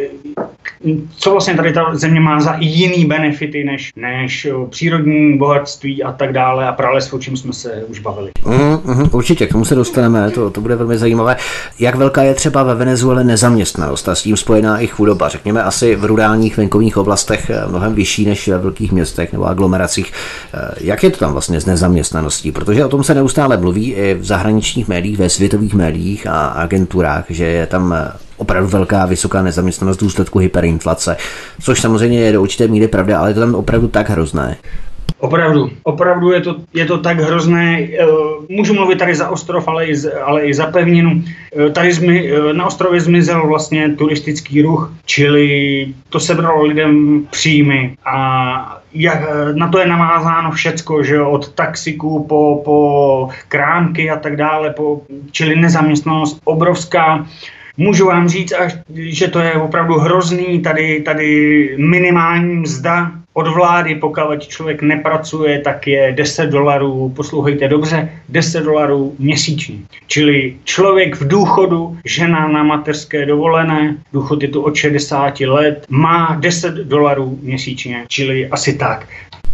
co vlastně tady ta země má za jiný benefity, než, než přírodní bohatství a tak dále a prales, o čem jsme se už bavili. Mm, mm, určitě, k tomu se dostaneme, to, to bude velmi zajímavé. Jak velká je třeba ve Venezuele nezaměstnanost a s tím spojená i chudoba? Řekněme asi v rurálních venkovních oblastech mnohem vyšší než ve velkých městech nebo aglomeracích. Jak je to tam vlastně s nezaměstnaností? Protože o tom se neustále mluví i v zahraničí médiích, ve světových médiích a agenturách, že je tam opravdu velká, vysoká nezaměstnanost v důsledku hyperinflace, což samozřejmě je do určité míry pravda, ale je to tam opravdu tak hrozné. Opravdu, opravdu je to, je to tak hrozné. Můžu mluvit tady za ostrov, ale i, ale i za pevninu. Tady zmi, na ostrově zmizel vlastně turistický ruch, čili to sebralo lidem příjmy a jak, na to je navázáno všecko, že jo, od taxiků po, po krámky a tak dále, po, čili nezaměstnanost obrovská. Můžu vám říct, až, že to je opravdu hrozný, tady, tady minimální mzda od vlády, pokud člověk nepracuje, tak je deset dolarů, poslouchejte dobře, deset dolarů měsíčně. Čili člověk v důchodu, žena na mateřské dovolené, důchod je tu od šedesáti let, má deset dolarů měsíčně, čili asi tak.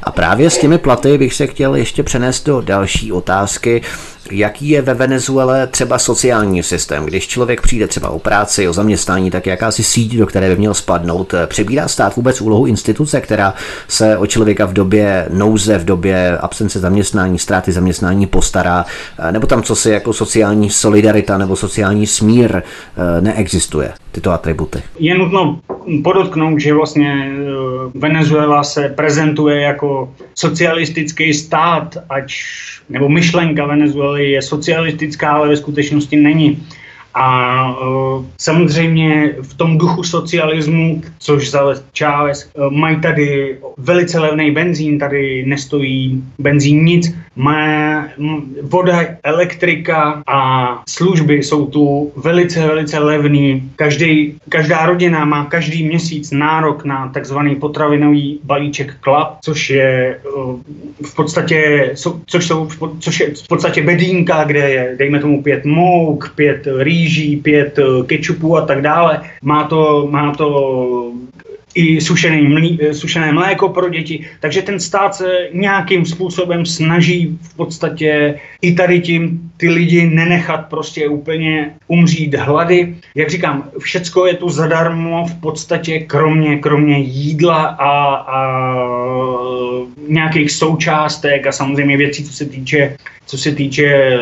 A právě s těmi platy bych se chtěl ještě přenést do další otázky. Jaký je ve Venezuele třeba sociální systém? Když člověk přijde třeba o práci, o zaměstnání, tak jakási síť, do které by měl spadnout? Přebírá stát vůbec úlohu instituce, která se o člověka v době nouze, v době absence zaměstnání, ztráty zaměstnání postará? Nebo tam co si jako sociální solidarita nebo sociální smír neexistuje, tyto atributy? Je nutno podotknout, že vlastně Venezuela se prezentuje jako socialistický stát, ať nebo myšlenka Venezuely je socialistická, ale ve skutečnosti není. A uh, samozřejmě v tom duchu socialismu, což za Chávez, uh, mají tady velice levný benzín, tady nestojí benzín nic, má voda, elektrika a služby jsou tu velice, velice levný. Každý, každá rodina má každý měsíc nárok na takzvaný potravinový balíček Club, což je uh, v podstatě, so, což jsou, což je v podstatě bedínka, kde je, dejme tomu, pět mouk, pět rýží, pět kečupů a tak dále. Má to, má to i sušený mlí, sušené mléko pro děti, takže ten stát se nějakým způsobem snaží v podstatě i tady tím ty lidi nenechat prostě úplně umřít hlady. Jak říkám, všecko je tu zadarmo v podstatě kromě, kromě jídla a, a nějakých součástek a samozřejmě věcí, co se týče, co se týče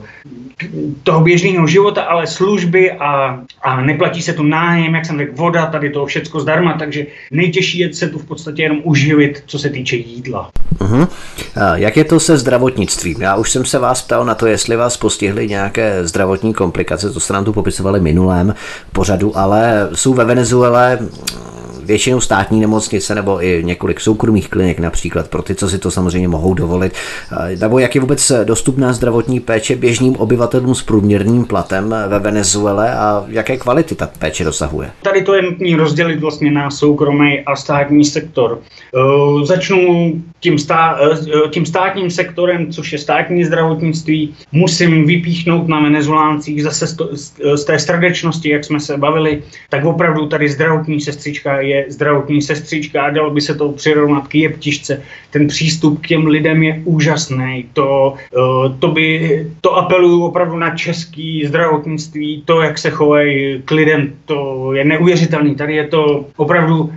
toho běžného života, ale služby a, a neplatí se tu nájem, jak jsem řekl, voda, tady to všecko zdarma, takže nejtěžší je se tu v podstatě jenom uživit, co se týče jídla. Uh-huh. A jak je to se zdravotnictvím? Já už jsem se vás ptal na to, jestli vás postihly nějaké zdravotní komplikace, to jste nám tu popisovali minulém pořadu, ale jsou ve Venezuele většinou státní nemocnice nebo i několik soukromých klinik například pro ty, co si to samozřejmě mohou dovolit. Nebo jak je vůbec dostupná zdravotní péče běžným obyvatelům s průměrným platem ve Venezuele a jaké kvality ta péče dosahuje? Tady to je nutné rozdělit vlastně na soukromý a státní sektor. Začnu tím, stá, tím státním sektorem, což je státní zdravotnictví. Musím vypíchnout na Venezuláncích zase z té srdečnosti, jak jsme se bavili, tak opravdu tady zdravotní sestřička je zdravotní sestřička a dalo by se to přirovnat k jeptišce. Ten přístup k těm lidem je úžasný. To, to, by, to apeluju opravdu na český zdravotnictví. To, jak se chovají k lidem, to je neuvěřitelný. Tady je to opravdu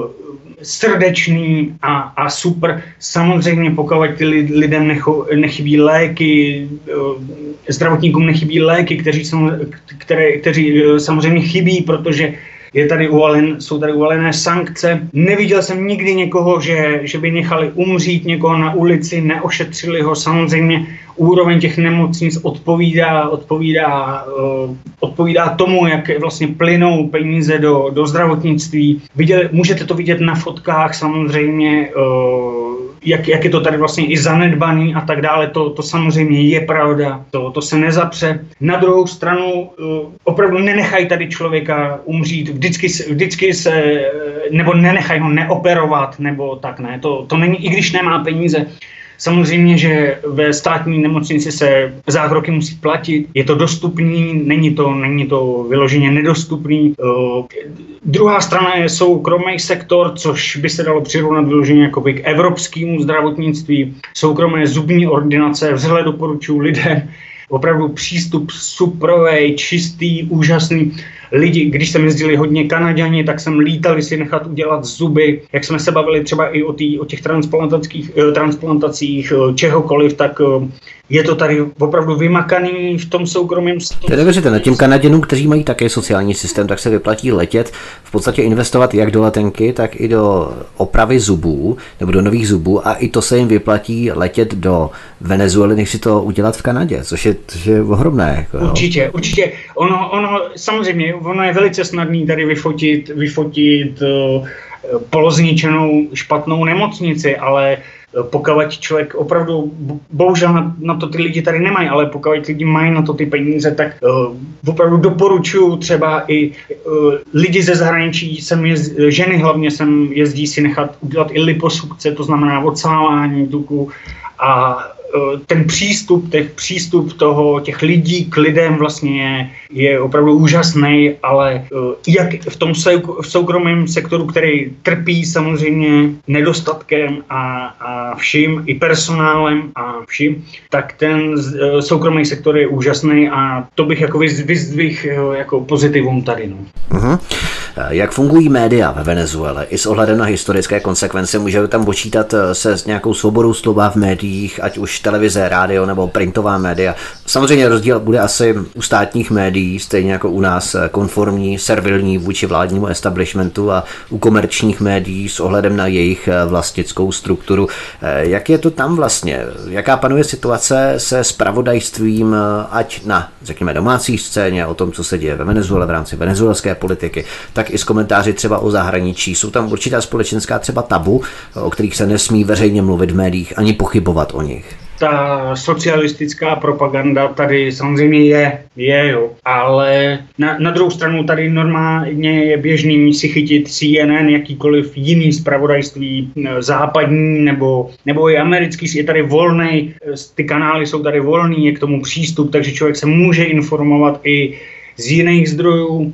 srdečný a, a super. Samozřejmě pokud ty lidem necho, nechybí léky, zdravotníkům nechybí léky, kteří, které, kteří samozřejmě chybí, protože je tady uvalen, jsou tady uvalené sankce. Neviděl jsem nikdy někoho, že, že by nechali umřít někoho na ulici, neošetřili ho. Samozřejmě úroveň těch nemocnic odpovídá, odpovídá, uh, odpovídá tomu, jak vlastně plynou peníze do, do zdravotnictví. Viděl, můžete to vidět na fotkách samozřejmě, uh, jak, jak je to tady vlastně i zanedbaný a tak dále. To, to samozřejmě je pravda, to, to se nezapře. Na druhou stranu uh, opravdu nenechají tady člověka umřít, vždycky, vždycky se, nebo nenechají ho neoperovat, nebo tak ne. To, to není, i když nemá peníze. Samozřejmě, že ve státní nemocnici se zákroky musí platit, je to dostupný, není to, není to vyloženě nedostupný. Uh, druhá strana je soukromý sektor, což by se dalo přirovnat vyloženě jakoby k evropskému zdravotnictví. Soukromé zubní ordinace, vřele doporučuji lidem, opravdu přístup superový, čistý, úžasný. Lidi, když jsem jezdili hodně Kanaďani, tak jsem lítali si nechat udělat zuby. Jak jsme se bavili třeba i o, tý, o těch transplantacích, transplantacích čehokoliv, tak je to tady opravdu vymakaný v tom soukromém. To je neuvěřitelné. Těm Kanaděnům, kteří mají také sociální systém, tak se vyplatí letět, v podstatě investovat jak do letenky, tak i do opravy zubů, nebo do nových zubů, a i to se jim vyplatí letět do Venezuely, než si to udělat v Kanadě, což je, což je ohromné. Jako, určitě, určitě. Ono, ono, samozřejmě, ono je velice snadné tady vyfotit, vyfotit uh, polozničenou špatnou nemocnici, ale pokud člověk opravdu, bohužel na, na to ty lidi tady nemají, ale pokud lidi mají na to ty peníze, tak uh, opravdu doporučuji třeba i uh, lidi ze zahraničí, sem jezd, ženy hlavně sem jezdí si nechat udělat i liposukce, to znamená odsávání tuku a ten přístup, těch přístup toho, těch lidí k lidem vlastně je, je opravdu úžasný, ale jak v tom v soukromém sektoru, který trpí samozřejmě nedostatkem a, a vším, i personálem a vším, tak ten soukromý sektor je úžasný a to bych jako vyzdvihl jako pozitivum tady. No. Uh-huh. Jak fungují média ve Venezuele? I s ohledem na historické konsekvence můžeme tam počítat se s nějakou svobodou slova v médiích, ať už televize, rádio nebo printová média. Samozřejmě rozdíl bude asi u státních médií, stejně jako u nás konformní, servilní vůči vládnímu establishmentu a u komerčních médií s ohledem na jejich vlastnickou strukturu. Jak je to tam vlastně? Jaká panuje situace se zpravodajstvím, ať na, řekněme, domácí scéně, o tom, co se děje ve Venezuele v rámci venezuelské politiky, tak i s komentáři třeba o zahraničí. Jsou tam určitá společenská třeba tabu, o kterých se nesmí veřejně mluvit v médiích, ani pochybovat o nich. Ta socialistická propaganda tady samozřejmě je, je jo, ale na, na druhou stranu tady normálně je běžný si chytit C N N, jakýkoliv jiný zpravodajství západní nebo, nebo i americký, je tady volný, ty kanály jsou tady volný, je k tomu přístup, takže člověk se může informovat i z jiných zdrojů.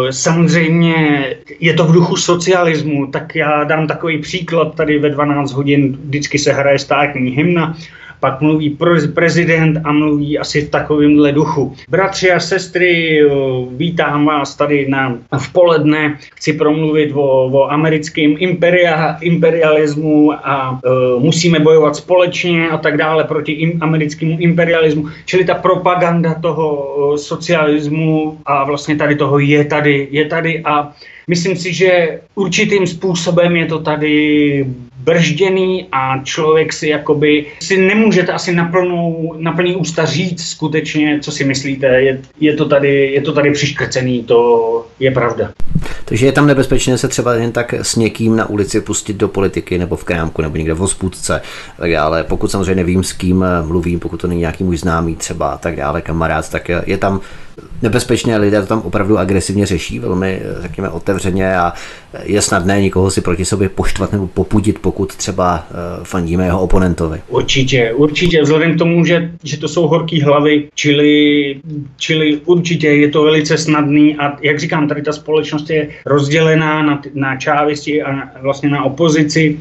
Samozřejmě je to v duchu socialismu, tak já dám takový příklad, tady ve dvanáct hodin vždycky se hraje státní hymna, pak mluví prezident a mluví asi v takovémhle duchu. Bratři a sestry, vítám vás tady na, v poledne. Chci promluvit o, o americkém imperia, imperialismu a uh, musíme bojovat společně a tak dále proti im, americkému imperialismu. Čili ta propaganda toho uh, socialismu a vlastně tady toho je tady, je tady a myslím si, že určitým způsobem je to tady bržděný a člověk si jakoby si nemůžete asi na plnou, na plný ústa říct skutečně, co si myslíte. Je, je, to, tady, je to tady přiškrcený, to je pravda. Takže je tam nebezpečné se třeba jen tak s někým na ulici pustit do politiky nebo v krámku nebo někde v hospůdce, tak dále. Pokud samozřejmě nevím, s kým mluvím, pokud to není nějaký můj známý třeba a tak dále, kamarád, tak je tam nebezpečné, lidé to tam opravdu agresivně řeší, velmi, řekněme, otevřeně a je snadné nikoho si proti sobě poštvat nebo popudit, pokud třeba fandíme jeho oponentovi. Určitě, určitě, vzhledem k tomu, že, že to jsou horký hlavy, čili, čili určitě je to velice snadný a jak říkám, tady ta společnost je rozdělená na, na čávisti a na, vlastně na opozici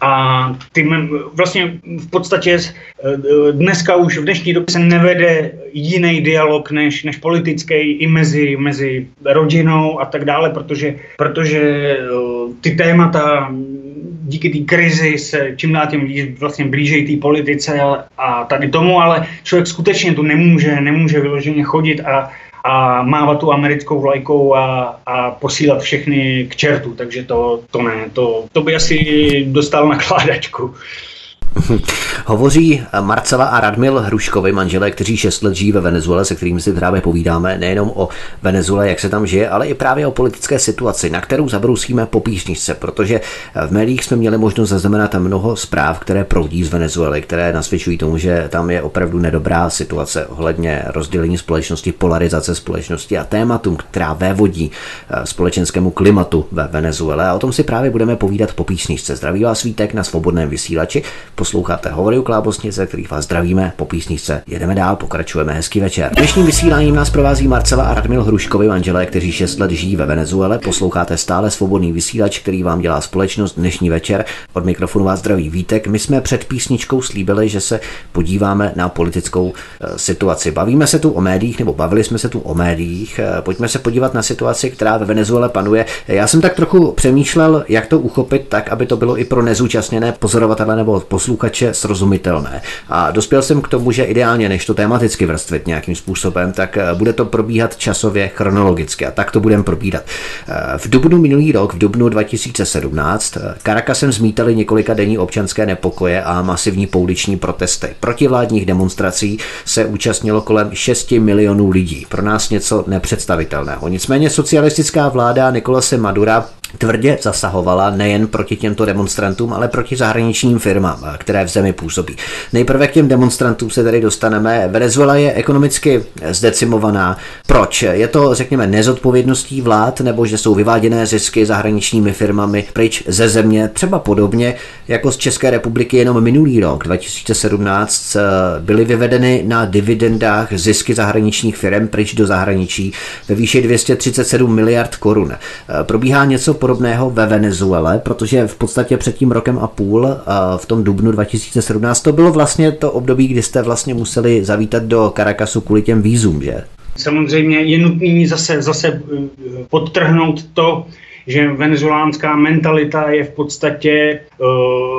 a ty vlastně v podstatě dneska už v dnešní době se nevede jiný dialog než, než politický i mezi, mezi rodinou a tak dále, protože, protože ty témata díky té krizi se čím dál tím vlastně blížejí té politice a, a tady tomu, ale člověk skutečně tu nemůže, nemůže vyloženě chodit a a mávat tu americkou vlajkou a, a posílat všechny k čertu, takže to, to ne, to, to by asi dostal na kládačku. Hovoří Marcela a Radmil Hruškovi, manželé, kteří šest let žijí ve Venezuele, se kterými si právě povídáme nejenom o Venezuele, jak se tam žije, ale i právě o politické situaci, na kterou zabrousíme po písničce, protože v médiích jsme měli možnost zaznamenat mnoho zpráv, které proudí z Venezuely, které nasvědčují tomu, že tam je opravdu nedobrá situace ohledně rozdělení společnosti, polarizace společnosti a tématům, která vévodí společenskému klimatu ve Venezuele. A o tom si právě budeme povídat po písničce. Zdraví vás Vítek na Svobodném vysílači. Posloucháte Hovory u Klábosnice, kterých vás zdravíme po písničce. Jedeme dál, pokračujeme, hezký večer. Dnešním vysíláním nás provází Marcela a Radmil Hruškovi, manželé, kteří šest let žijí ve Venezuele. Posloucháte stále Svobodný vysílač, který vám dělá společnost dnešní večer. Od mikrofonu vás zdraví Vítek. My jsme před písničkou slíbili, že se podíváme na politickou e, situaci. Bavíme se tu o médiích, nebo bavili jsme se tu o médiích. E, pojďme se podívat na situaci, která ve Venezuele panuje. Já jsem tak trochu přemýšlel, jak to uchopit tak, aby to bylo i pro nezúčastněné pozorovatele nebo posluchače srozumitelné. A dospěl jsem k tomu, že ideálně, než to tematicky vrstvit nějakým způsobem, tak bude to probíhat časově chronologicky a tak to budeme probírat. V dubnu minulý rok, v dubnu dva tisíce sedmnáct, Caracasem zmítali několika denní občanské nepokoje a masivní pouliční protesty. Protivládních demonstrací se účastnilo kolem šesti milionů lidí. Pro nás něco nepředstavitelného. Nicméně socialistická vláda Nicolase Madura tvrdě zasahovala nejen proti těmto demonstrantům, ale proti zahraničním firmám, které v zemi působí. Nejprve k těm demonstrantům se tady dostaneme. Venezuela je ekonomicky zdecimovaná. Proč? Je to, řekněme, nezodpovědností vlád, nebo že jsou vyváděné zisky zahraničními firmami pryč ze země, třeba podobně jako z České republiky jenom minulý rok dva tisíce sedmnáct byly vyvedeny na dividendách zisky zahraničních firm pryč do zahraničí ve výši dvě stě třicet sedm miliard korun. Probíhá něco podobného ve Venezuele, protože v podstatě před tím rokem a půl, v tom dubnu dva tisíce sedmnáct, to bylo vlastně to období, kdy jste vlastně museli zavítat do Caracasu kvůli těm vízům, že? Samozřejmě je nutný zase, zase podtrhnout to, že venezuelánská mentalita je v podstatě uh,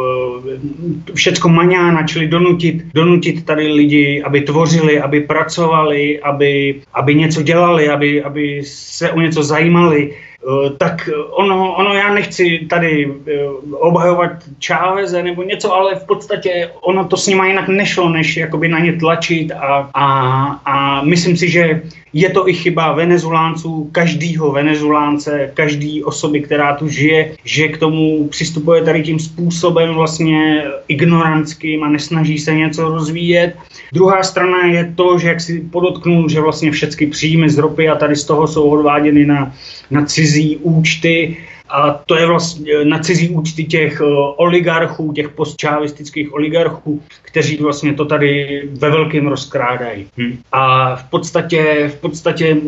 všecko maňána, čili donutit, donutit tady lidi, aby tvořili, aby pracovali, aby, aby něco dělali, aby, aby se o něco zajímali. Uh, tak ono, ono, já nechci tady uh, obhajovat Cháveze nebo něco, ale v podstatě ono to s nima jinak nešlo, než jakoby na ně tlačit a, a, a myslím si, že je to i chyba Venezulánců, každýho Venezulánce, každý osoby, která tu žije, že k tomu přistupuje tady tím způsobem vlastně ignorantským a nesnaží se něco rozvíjet. Druhá strana je to, že jak si podotknul, že vlastně všechny příjmy z ropy a tady z toho jsou odváděny na, na cizí účty. A to je vlastně na cizí účty těch oligarchů, těch postčávistických oligarchů, kteří vlastně to tady ve velkém rozkrádají. Hm. A v podstatě, v podstatě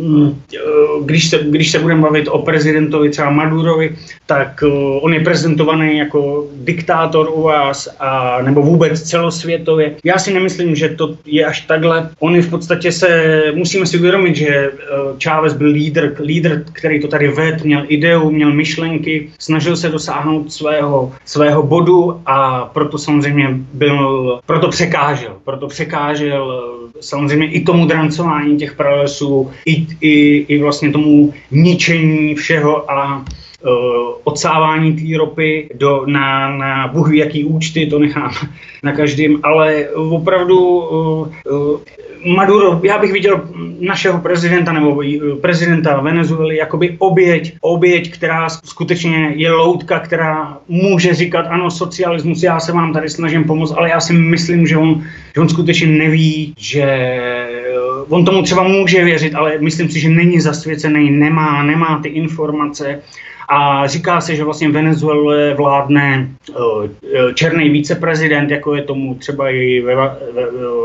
když, se, když se budeme bavit o prezidentovi třeba Madurovi, tak on je prezentovaný jako diktátor u vás, a, nebo vůbec celosvětově. Já si nemyslím, že to je až takhle. On je v podstatě se, musíme si uvědomit, že Chávez byl lídr, lídr, který to tady vedl, měl ideu, měl myšlenky, snažil se dosáhnout svého, svého bodu a proto samozřejmě byl, proto překážel, proto překážel samozřejmě i tomu drancování těch pralesů, i, i, i vlastně tomu ničení všeho a uh, odsávání té ropy do, na, na bůh ví jaký účty, to nechám na každém, ale opravdu uh, uh, Maduro, já bych viděl našeho prezidenta nebo prezidenta Venezuely jakoby oběť, oběť, která skutečně je loutka, která může říkat ano, socialismus, já se vám tady snažím pomoct, ale já si myslím, že on, že on skutečně neví, že on tomu třeba může věřit, ale myslím si, že není zasvěcený, nemá, nemá ty informace. A říká se, že vlastně Venezuele vládne černý viceprezident, jako je tomu třeba i ve, ve, ve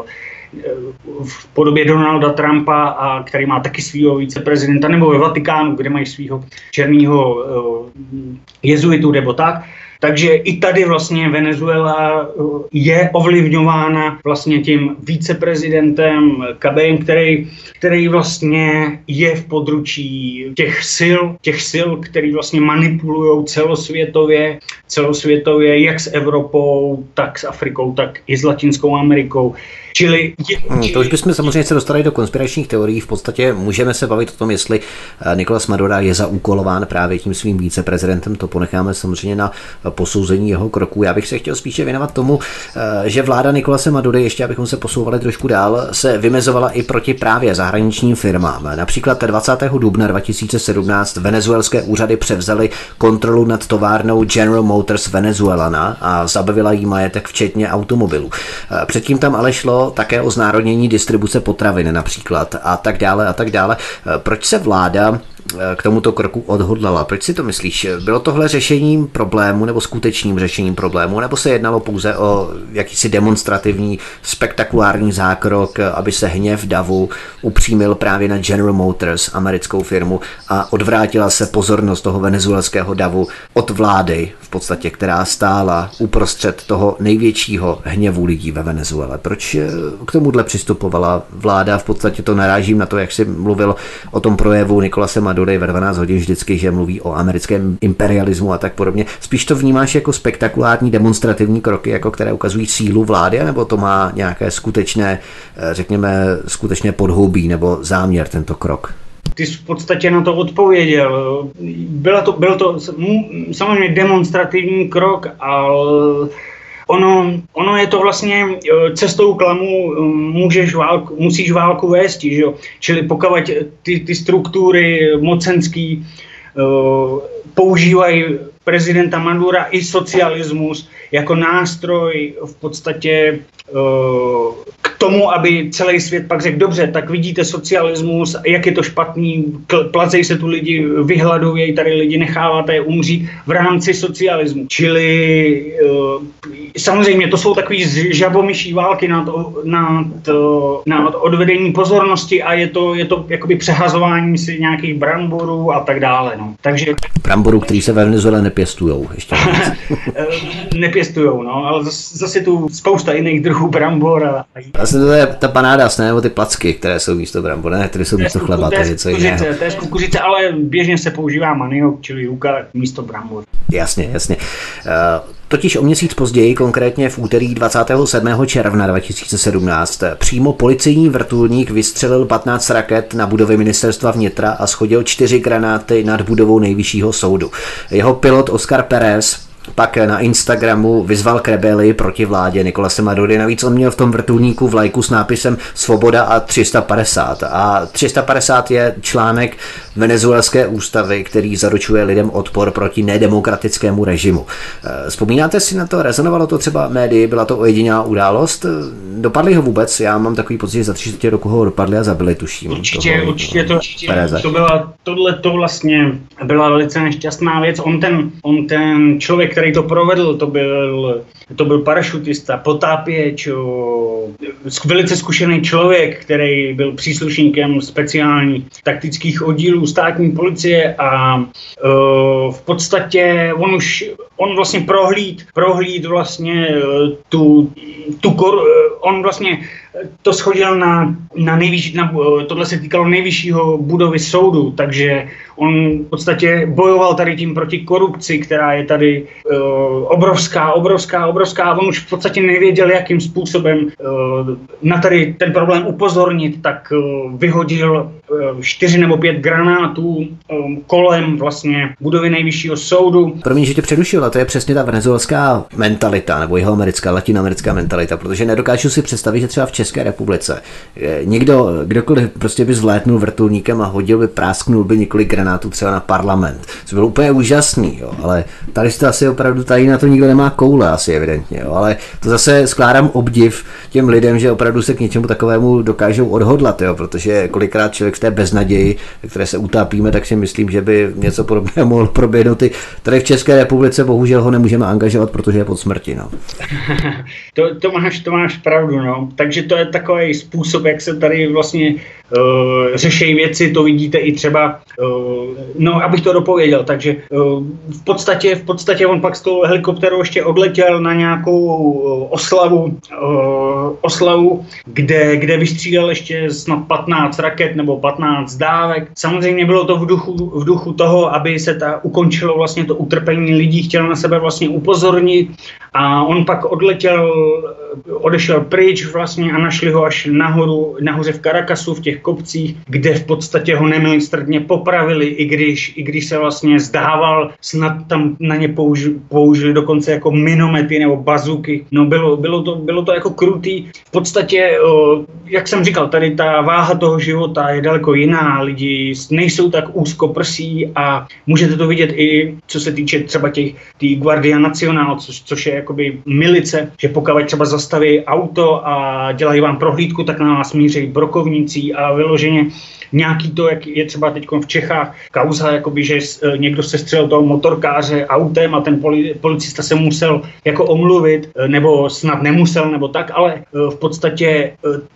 v podobě Donalda Trumpa, a který má taky svého viceprezidenta, nebo ve Vatikánu, kde mají svého černého uh, jezuitu nebo tak. Takže i tady vlastně Venezuela je ovlivňována vlastně tím viceprezidentem Cabem, který, který vlastně je v područí těch sil, těch sil, který vlastně manipulují celosvětově, celosvětově jak s Evropou, tak s Afrikou, tak i s Latinskou Amerikou. Čili je, hmm, to už bychom samozřejmě se dostali do konspiračních teorií. V podstatě můžeme se bavit o tom, jestli Nicolás Maduro je zaúkolován právě tím svým viceprezidentem. To ponecháme samozřejmě na posouzení jeho kroků. Já bych se chtěl spíše věnovat tomu, že vláda Nicolase Madura, ještě abychom se posouvali trošku dál, se vymezovala i proti právě zahraničním firmám. Například dvacátého dubna dva tisíce sedmnáct venezuelské úřady převzaly kontrolu nad továrnou General Motors Venezuelana a zabavila jí majetek včetně automobilů. Předtím tam ale šlo také o znárodnění distribuce potravin například a tak dále a tak dále. Proč se vláda k tomuto kroku odhodlala? Proč si to myslíš? Bylo tohle řešením problému nebo skutečným řešením problému, nebo se jednalo pouze o jakýsi demonstrativní, spektakulární zákrok, aby se hněv davu upřímil právě na General Motors, americkou firmu, a odvrátila se pozornost toho venezuelského davu od vlády, v podstatě, která stála uprostřed toho největšího hněvu lidí ve Venezuele? Proč k tomuhle přistupovala vláda? V podstatě to narážím na to, jak jsi mluvil o tom projevu Nicolase Madury ve dvanáct hodin vždycky, že mluví o americkém imperialismu a tak podobně. Spíš to vnímáš jako spektakulární demonstrativní kroky, jako které ukazují sílu vlády, nebo to má nějaké skutečné, řekněme, skutečné podhoubí nebo záměr tento krok? Ty jsi v podstatě na to odpověděl. Byla to, byl to samozřejmě demonstrativní krok, ale Ono, ono je to vlastně cestou klamu, můžeš válku, musíš válku vést, že jo? Čili pokud ty, ty struktury mocenský uh, používají prezidenta Madura i socialismus jako nástroj v podstatě uh, k tomu, aby celý svět pak řekl, dobře, tak vidíte socialismus, jak je to špatný, placejí se tu lidi, vyhladovějí, tady lidi necháváte je umřít v rámci socialismu. Čili uh, samozřejmě to jsou takový žabomyší války nad, nad, nad odvedení pozornosti a je to, je to jakoby přehazování si nějakých bramborů a tak dále. No. Takže bramborů, který se ve Venezuele nepěstujou. Ještě nepěstujou, no, ale zase, zase tu spousta jiných druhů brambor. A... Vlastně to je ta panádas, ne? Nebo ty placky, které jsou místo brambor, ne? Které jsou místo chleba, to je něco jiného. To je z kukuřice, ale běžně se používá maniok, čili juka místo brambor. Jasně, jasně. Uh, Totiž o měsíc později, konkrétně v úterý dvacátého sedmého června dva tisíce sedmnáct, přímo policejní vrtulník vystřelil patnáct raket na budovy ministerstva vnitra a shodil čtyři granáty nad budovou nejvyššího soudu. Jeho pilot Oscar Pérez pak na Instagramu vyzval k rebelii proti vládě Nicolase Madury. Navíc on měl v tom vrtulníku vlajku s nápisem Svoboda a tři sta padesát. A tři sta padesát je článek venezuelské ústavy, který zaručuje lidem odpor proti nedemokratickému režimu. Vzpomínáte si na to? Rezonovalo to třeba médii? Byla to ojedinělá událost? Dopadli ho vůbec? Já mám takový pocit, že za tři čtvrtě roku ho dopadli a zabili, tuším. Určitě, toho, určitě to, to byla, tohle to vlastně byla velice nešťastná věc. On ten, on ten člověk, který to provedl, to byl, to byl parašutista, potápěč, velice zkušený člověk, který byl příslušníkem speciálních taktických oddílů státní policie a uh, v podstatě on už, on vlastně prohlíd, prohlíd vlastně uh, tu, tu kor, uh, on vlastně to shodil na, na nejvyšší, na, tohle se týkalo nejvyššího budovy soudu, takže on v podstatě bojoval tady tím proti korupci, která je tady uh, obrovská, obrovská, obrovská. On už v podstatě nevěděl, jakým způsobem uh, na tady ten problém upozornit, tak uh, vyhodil uh, čtyři nebo pět granátů um, kolem vlastně budovy nejvyššího soudu. Promiň, že tě přerušil, a to je přesně ta venezuelská mentalita, nebo jihoamerická, latinoamerická mentalita, protože nedokážu si představit, že třeba v České republice někdo, kdokoliv prostě by zvlétnul vrtulníkem a hodil by, prásknul by několik granátů třeba na parlament. To bylo úplně úžasný, jo, ale tady to asi opravdu, tady na to nikdo nemá koule asi evidentně, jo, ale to zase skládám obdiv těm lidem, že opravdu se k něčemu takovému dokážou odhodlat, jo, protože kolikrát člověk v té beznaději, které se utápíme, tak si myslím, že by něco podobného mohlo proběhnout. Tady v České republice bohužel ho nemůžeme angažovat, protože je pod smrti, no. to, to, máš, to máš pravdu, no. Takže to je takový způsob, jak se tady vlastně uh, řeší věci, to vidíte i třeba, uh, no abych to dopověděl, takže uh, v podstatě, v podstatě on pak s tou helikopterou ještě odletěl na nějakou uh, oslavu, uh, oslavu, kde, kde vystřílel ještě snad patnáct raket nebo patnáct dávek. Samozřejmě bylo to v duchu, v duchu toho, aby se ta ukončilo vlastně to utrpení lidí, chtěl na sebe vlastně upozornit a on pak odletěl, odešel pryč vlastně a našli ho až nahoru, nahoře v Caracasu, v těch kopcích, kde v podstatě ho nemilosrdně popravili, i když, i když se vlastně zdával, snad tam na ně použili, použili dokonce jako minomety nebo bazuky. No bylo, bylo, to, bylo to jako krutý. V podstatě, jak jsem říkal, tady ta váha toho života je daleko jiná. Lidi nejsou tak úzkoprsí a můžete to vidět i co se týče třeba těch tý Guardia Nacional, což, což je jakoby milice, že pokud třeba zastaví auto a dělají vám prohlídku, tak na vás míří brokovnící a vyloženě nějaký to, jak je třeba teď v Čechách kauza, jakoby, že někdo se střelil toho motorkáře autem a ten poli, policista se musel jako omluvit, nebo snad nemusel, nebo tak, ale v podstatě,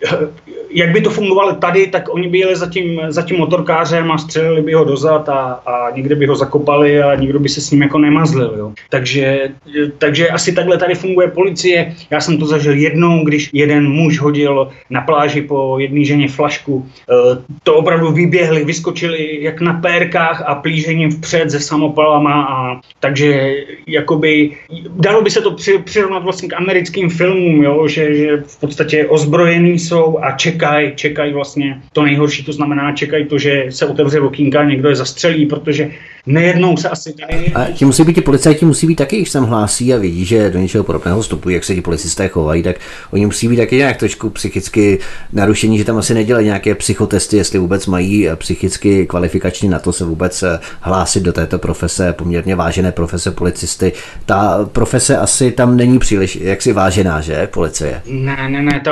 jak by to fungovalo tady, tak oni by jeli za tím, za tím motorkářem a střelili by ho dozad a, a někde by ho zakopali a nikdo by se s ním jako nemazlil. Jo. Takže, takže asi takhle tady funguje policie. Já jsem to zažil jednou, když jeden muž hodil na pláži po jedné ženě flašku. To opravdu vyběhli, vyskočili jak na pérkách a plížením vpřed se samopalama a takže jakoby dalo by se to při, přirovnat vlastně k americkým filmům, jo, že, že v podstatě ozbrojení jsou a čekají, čekají vlastně to nejhorší, to znamená čekají to, že se otevře okýnka a někdo je zastřelí, protože nejednou se asi tady... A ti musí být, ti policajti musí být taky, když sem hlásí a vidí, že do něčeho podobného vstupují, jak se ti policisté chovají, tak oni musí být taky nějak trošku psychicky narušení, že tam asi nedělají nějaké psychotesty, jestli vůbec mají psychicky kvalifikační na to se vůbec hlásit do této profese, poměrně vážené profese policisty. Ta profese asi tam není příliš jaksi vážená, že, policie? Ne, ne, ne, to,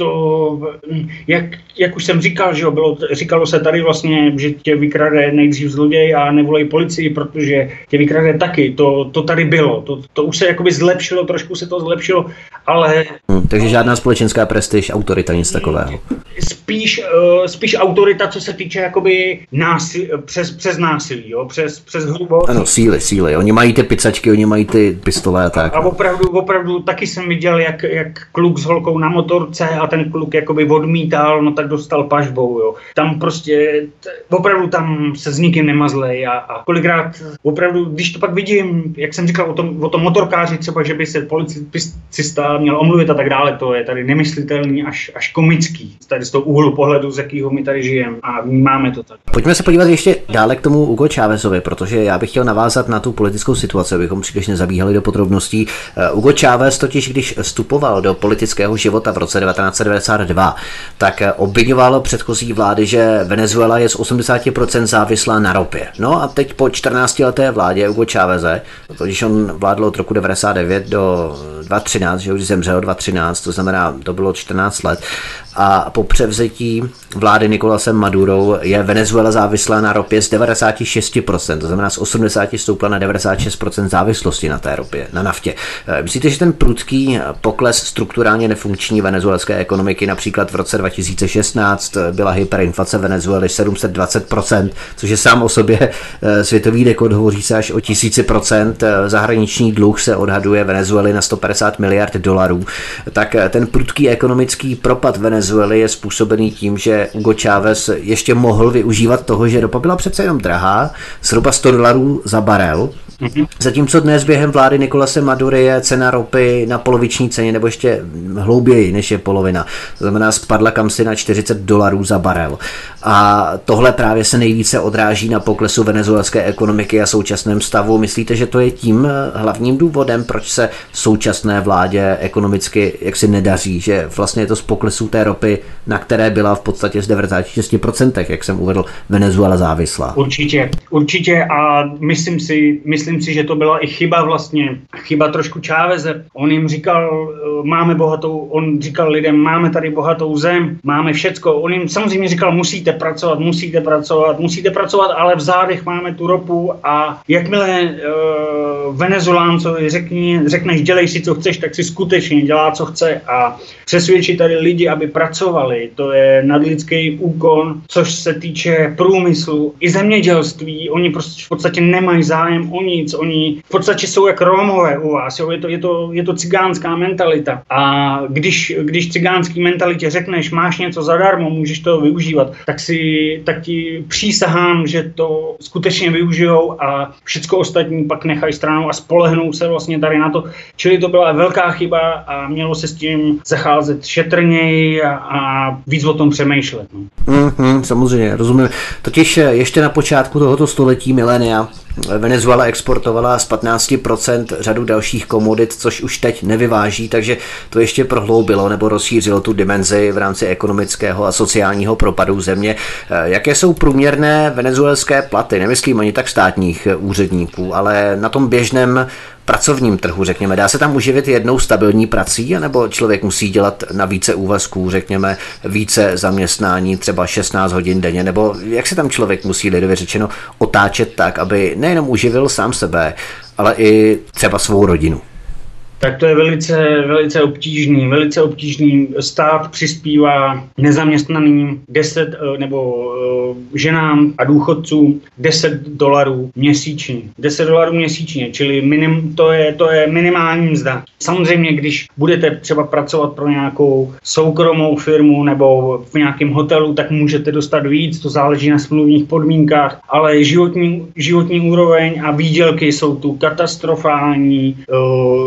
to jak, jak už jsem říkal, že jo, bylo, říkalo se tady vlastně, že tě vykrade nejdřív zloděj a nevolej policii, protože tě vykrade taky, to, to tady bylo, to, to už se jakoby zlepšilo, trošku se to zlepšilo, ale... Hmm, takže žádná společenská prestiž, autorita, nic takového. Spíš, uh, spíš autorita, co se týče jakoby násil, přes, přes násilí, jo, přes, přes hrubost. Ano, síly, síly, oni mají ty picačky, oni mají ty pistole a tak. A opravdu, opravdu taky jsem viděl, jak, jak kluk s holkou na motorce a ten kluk jakoby odmítal, no tak dostal pažbou, jo. Tam prostě, t- opravdu tam se s nikým nemazlej a, a kolikrát opravdu, když to pak vidím, jak jsem říkal o tom, o tom motorkáři třeba, že by se policista měl omluvit a tak dále, to je tady nemyslitelný až, až komický, tady z toho úhlu pohledu, z jakýho my tady žijeme a vnímáme to tak. Pojďme se podívat ještě dále k tomu Hugo Chávezovi, protože já bych chtěl navázat na tu politickou situaci, abychom příliš nezabíhali do podrobností. Hugo Chávez totiž, když vstupoval do politického života v roce devatenáct set devadesát dva, tak obviňoval předchozí vlády, že Venezuela je z osmdesát procent závislá na ropě. No a teď po čtrnáctileté vládě Hugo Cháveze, totiž on vládl od roku devadesát devět do dva tisíce třináct, že už zemřel dva tisíce třináct, to znamená, to bylo čtrnáct let, a po převzetí vlády Nicolasem Madurou je Venezuela závislá na ropě z devadesát šest procent, to znamená z osmdesát stoupla na devadesát šest procent závislosti na té ropě, na naftě. Myslíte, že ten prudký pokles strukturálně nefunkční venezuelské ekonomiky, například v roce dva tisíce šestnáct byla hyperinflace Venezuely sedm set dvacet procent, což je sám o sobě světový rekord, hovoří se až o tisíci procent, zahraniční dluh se odhaduje Venezuely na sto padesát miliard dolarů, tak ten prudký ekonomický propad Venezuely je způsobený tím, že Hugo Chávez ještě mohl využívat toho, že ropa byla přece jenom drahá, zhruba sto dolarů za barel. Mm-hmm. Zatímco dnes během vlády Nicolase Madury je cena ropy na poloviční ceně nebo ještě hlouběji, než je polovina. To znamená, spadla kamsi na čtyřicet dolarů za barel. A tohle právě se nejvíce odráží na poklesu venezuelské ekonomiky a současném stavu. Myslíte, že to je tím hlavním důvodem, proč se současné vládě ekonomicky jaksi nedaří, že vlastně je to z poklesu té ropy, na které byla v podstatě z devadesát šest procent, jak jsem uvedl, Venezuela závislá? Určitě, určitě a myslím si, myslím si, že to byla i chyba vlastně, chyba trošku Cháveze. On jim říkal, máme bohatou, on říkal lidem, máme tady bohatou zem, máme všecko. On jim samozřejmě říkal, musíte pracovat, musíte pracovat, musíte pracovat, ale v zádech máme tu ropu a jakmile uh, Venezueláncovi řekni, řekneš, dělej si, co chceš, tak si skutečně dělá, co chce a přesvědčit tady lidi, aby pracovali. To je nadlidský úkon, což se týče průmyslu i zemědělství. Oni prostě v podstatě nemají zájem o nic. Oni v podstatě jsou jak Romové u vás. Jo? Je to, je to, je to cigánská mentalita. A když, když cigánský mentalitě řekneš, máš něco zadarmo, můžeš to využívat, tak, si, tak ti přísahám, že to skutečně využijou a všecko ostatní pak nechají stranou a spolehnou se vlastně tady na to. Čili to byla velká chyba a mělo se s tím zacházet šetrněji a, a víc o tom přemýšlet. No. Mm-hmm, samozřejmě, rozumím. Totiž ještě na počátku tohoto století milénia Venezuela exportovala z patnáct procent řadu dalších komodit, což už teď nevyváží, takže to ještě prohloubilo nebo rozšířilo tu dimenzi v rámci ekonomického a sociálního propadu země. Jaké jsou průměrné venezuelské platy? Nemyslím ani tak státních úředníků, ale na tom běžném pracovním trhu, řekněme. Dá se tam uživit jednou stabilní prací, anebo člověk musí dělat na více úvazků, řekněme, více zaměstnání, třeba šestnáct hodin denně, nebo jak se tam člověk musí lidově řečeno otáčet tak, aby nejenom uživil sám sebe, ale i třeba svou rodinu? Tak to je velice, velice obtížný, velice obtížný. Stát přispívá nezaměstnaným deset nebo ženám a důchodcům deset dolarů měsíčně. deset dolarů měsíčně, čili minim, to, je, to je minimální mzda. Samozřejmě, když budete třeba pracovat pro nějakou soukromou firmu nebo v nějakém hotelu, tak můžete dostat víc, to záleží na smluvních podmínkách, ale životní, životní úroveň a výdělky jsou tu katastrofální.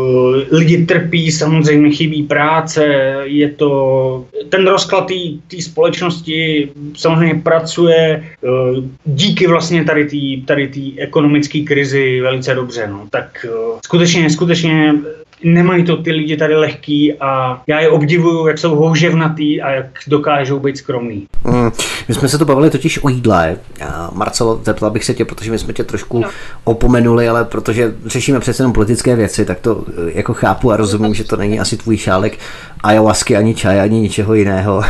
lidi trpí, samozřejmě chybí práce, je to ten rozklad té společnosti samozřejmě pracuje díky vlastně tady té tady ekonomické krizi velice dobře. No. Tak skutečně, skutečně nemají to ty lidi tady lehký a já je obdivuju, jak jsou houževnatý a jak dokážou být skromný. Mm, my jsme se tu bavili totiž o jídle. Marcelo, zeptal bych se tě, protože my jsme tě trošku no. opomenuli, ale protože řešíme přece jenom politické věci, tak to jako chápu a rozumím, že to není asi tvůj šálek ayahuasky, ani čaj, ani ničeho jiného.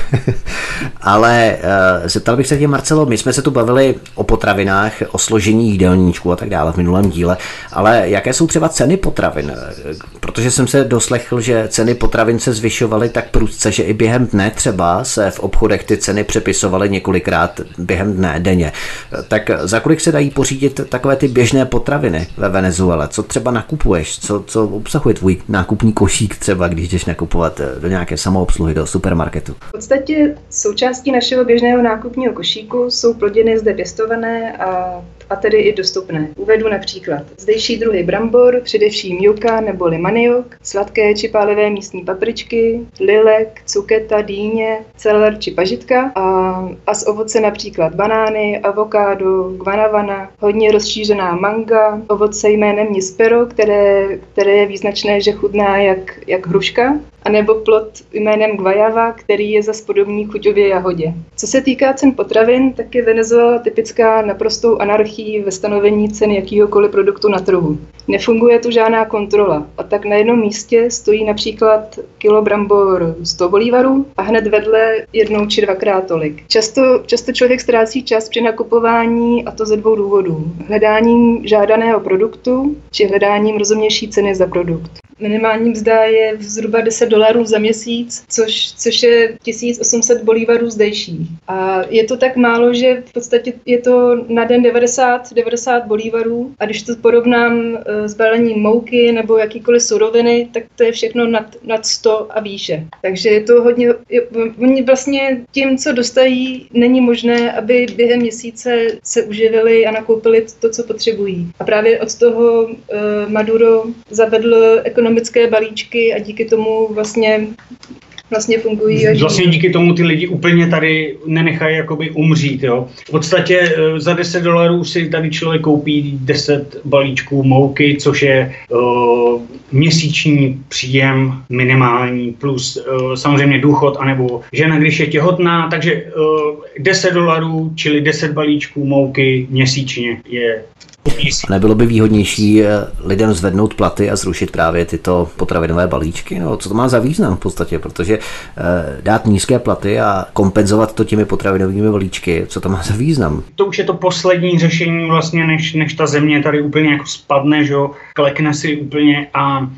Ale uh, zeptal bych se tě, Marcelo, my jsme se tu bavili o potravinách, o složení jídelníčku a tak dále v minulém díle, ale jaké jsou třeba ceny potravin? Protože jsem se doslechl, že ceny potravin se zvyšovaly tak prudce, že i během dne třeba se v obchodech ty ceny přepisovaly několikrát během dne, denně. Tak za kolik se dají pořídit takové ty běžné potraviny ve Venezuele? Co třeba nakupuješ? Co, co obsahuje tvůj nákupní košík třeba, když jdeš nakupovat do nějaké samoobsluhy, do supermarketu? V podstatě součástí našeho běžného nákupního košíku jsou plodiny zde pěstované a a tedy i dostupné. Uvedu například zdejší druhy brambor, především juka nebo maniok, sladké či pálivé místní papričky, lilek, cuketa, dýně, celer či pažitka a, a z ovoce například banány, avokádo, guanavana, hodně rozšířená manga, ovoce jménem nispero, které, které je význačné, že chutná jak, jak hruška, anebo plod jménem guayava, který je zas podobný chuťově jahodě. Co se týká cen potravin, tak je Venezuela typická naprostou anarchií ve stanovení cen jakýhokoliv produktu na trhu. Nefunguje tu žádná kontrola a tak na jednom místě stojí například kilo brambor sto bolívarů a hned vedle jednou či dvakrát tolik. Často, často člověk ztrácí čas při nakupování a to ze dvou důvodů. Hledáním žádaného produktu či hledáním rozumnější ceny za produkt. Minimální mzda je zhruba deset dolarů za měsíc, což, což je tisíc osm set bolívarů zdejší. A je to tak málo, že v podstatě je to na den devadesát, devadesát bolívarů a když to porovnám s balením mouky nebo jakýkoliv suroviny, tak to je všechno nad, nad sto a výše. Takže je to hodně, oni vlastně tím, co dostají, není možné, aby během měsíce se uživili a nakoupili to, co potřebují. A právě od toho uh, Maduro zavedl ekonomické ekonomické balíčky a díky tomu vlastně vlastně fungují. Vlastně díky tomu ty lidi úplně tady nenechají jakoby umřít, jo. V podstatě za deset dolarů si tady člověk koupí deset balíčků mouky, což je uh, měsíční příjem minimální plus uh, samozřejmě důchod, anebo žena, když je těhotná, takže uh, deset dolarů, čili deset balíčků mouky měsíčně je. A nebylo by výhodnější lidem zvednout platy a zrušit právě tyto potravinové balíčky? No, co to má za význam v podstatě? Protože eh, dát nízké platy a kompenzovat to těmi potravinovými balíčky, co to má za význam? To už je to poslední řešení vlastně, než, než ta země tady úplně jako spadne, že jo, klekne si úplně a,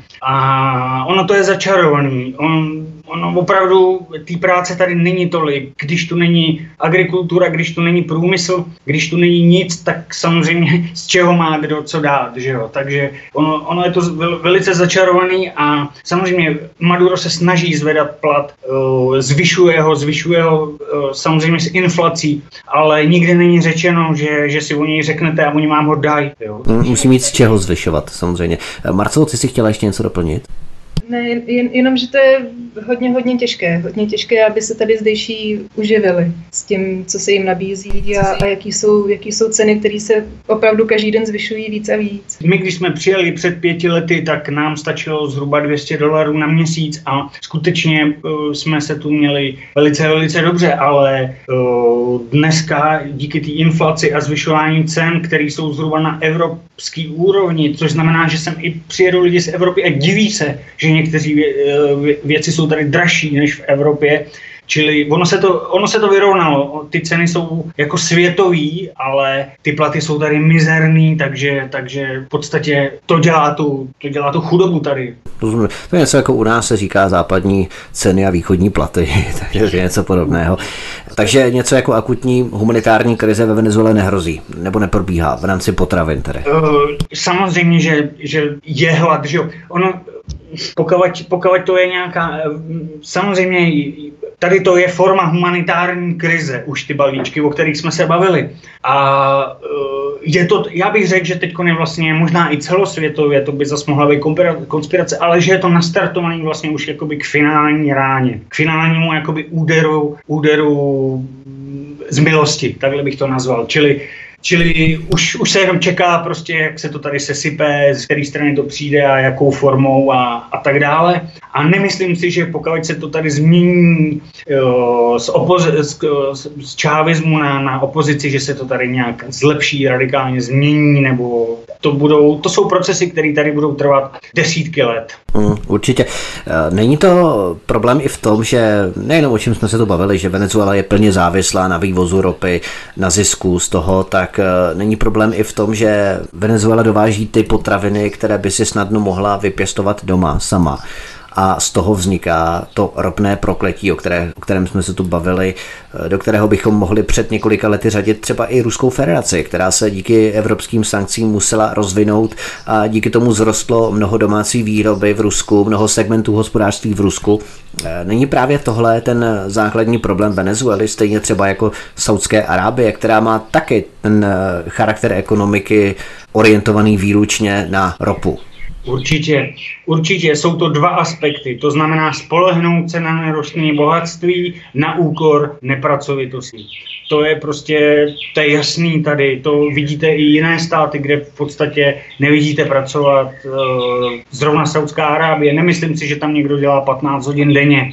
a ono to je začarovaný. On, ono opravdu, té práce tady není tolik. Když tu není agrikultura, když tu není průmysl, když tu není nic, tak samozřejmě z čeho má kdo co dát, že jo. Takže ono, ono je to velice začarovaný a samozřejmě Maduro se snaží zvedat plat, zvyšuje ho, zvyšuje ho samozřejmě s inflací, ale nikdy není řečeno, že, že si o něj řeknete a oni vám ho dají. Jo. Musí mít z čeho zvyšovat, samozřejmě. Marcelo, ty si chtěla ještě něco doplnit? Ne, jen, jenom, že to je hodně, hodně těžké. Hodně těžké, aby se tady zdejší uživili s tím, co se jim nabízí a, a jaký, jsou, jaký jsou ceny, které se opravdu každý den zvyšují víc a víc. My, když jsme přijeli před pěti lety, tak nám stačilo zhruba dvě stě dolarů na měsíc a skutečně uh, jsme se tu měli velice, velice dobře, ale uh, dneska díky té inflaci a zvyšování cen, které jsou zhruba na evropské úrovni, což znamená, že sem i přijedou lidi z Evropy a diví se, že někteří vě, věci jsou tady dražší než v Evropě, čili ono se to, ono se to vyrovnalo. Ty ceny jsou jako světový, ale ty platy jsou tady mizerný, takže, takže v podstatě to dělá tu, to dělá tu chudobu tady. Rozumím. To je něco jako u nás se říká západní ceny a východní platy, takže je něco podobného. Takže něco jako akutní humanitární krize ve Venezuele nehrozí, nebo neprobíhá v rámci potravin tedy? Samozřejmě, že, že je hlad, že jo. Ono, pokud, pokud to je nějaká, samozřejmě tady to je forma humanitární krize, už ty balíčky, o kterých jsme se bavili. A je to, já bych řekl, že teď je vlastně možná i celosvětově, to by zase mohla být konspirace, ale že je to nastartovaný vlastně už jakoby k finální ráně, k finálnímu jakoby úderu, úderu z milosti, takhle bych to nazval, čili Čili už, už se jenom čeká prostě, jak se to tady sesype, z které strany to přijde a jakou formou a, a tak dále. A nemyslím si, že pokud se to tady změní jo, z, opozi- z, z čávismu na, na opozici, že se to tady nějak zlepší, radikálně změní, nebo to budou, to jsou procesy, které tady budou trvat desítky let. Mm, určitě. Není to problém i v tom, že nejenom o čem jsme se tu bavili, že Venezuela je plně závislá na vývozu ropy, na zisku z toho, tak není problém i v tom, že Venezuela dováží ty potraviny, které by si snadno mohla vypěstovat doma sama. A z toho vzniká to ropné prokletí, o, které, o kterém jsme se tu bavili, do kterého bychom mohli před několika lety řadit třeba i Ruskou federaci, která se díky evropským sankcím musela rozvinout a díky tomu zrostlo mnoho domácí výroby v Rusku, mnoho segmentů hospodářství v Rusku. Není právě tohle ten základní problém Venezuely, stejně třeba jako Saudské Arábie, která má taky ten charakter ekonomiky orientovaný výlučně na ropu? Určitě, určitě jsou to dva aspekty, to znamená spolehnout se na nerostné bohatství na úkor nepracovitosti. To je prostě, to je jasný tady, to vidíte i jiné státy, kde v podstatě nevidíte pracovat, zrovna Saudská Arábie, nemyslím si, že tam někdo dělá patnáct hodin denně.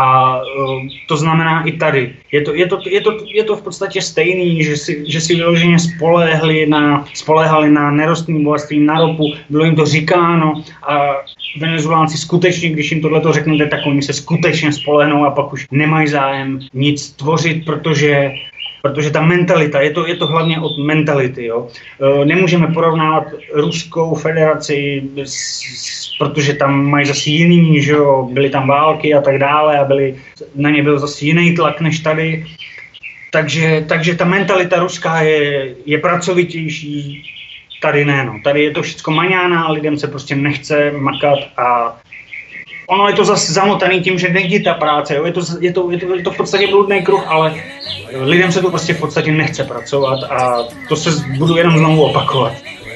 A to znamená i tady. Je to, je to, je to, je to v podstatě stejný, že si, že si vyloženě spoléhali na, spoléhali na nerostné bohatství, na ropu, bylo jim to říkáno a Venezuelánci skutečně, když jim tohleto řeknete, tak oni se skutečně spolehnou a pak už nemají zájem nic tvořit, protože Protože ta mentalita, je to, je to hlavně od mentality. Jo. Nemůžeme porovnávat Ruskou federaci, protože tam mají zase jiný, že jo, byly tam války a tak dále a byly, na ně byl zase jiný tlak než tady. Takže, takže ta mentalita ruská je, je pracovitější, tady ne. No. Tady je to všechno maňána a lidem se prostě nechce makat a ono je to zase zamotaný tím, že nejde ta práce, jo? Je, to, je, to, je, to, je to v podstatě bludný kruh, ale lidem se to prostě v podstatě nechce pracovat a to se budu jenom znovu opakovat.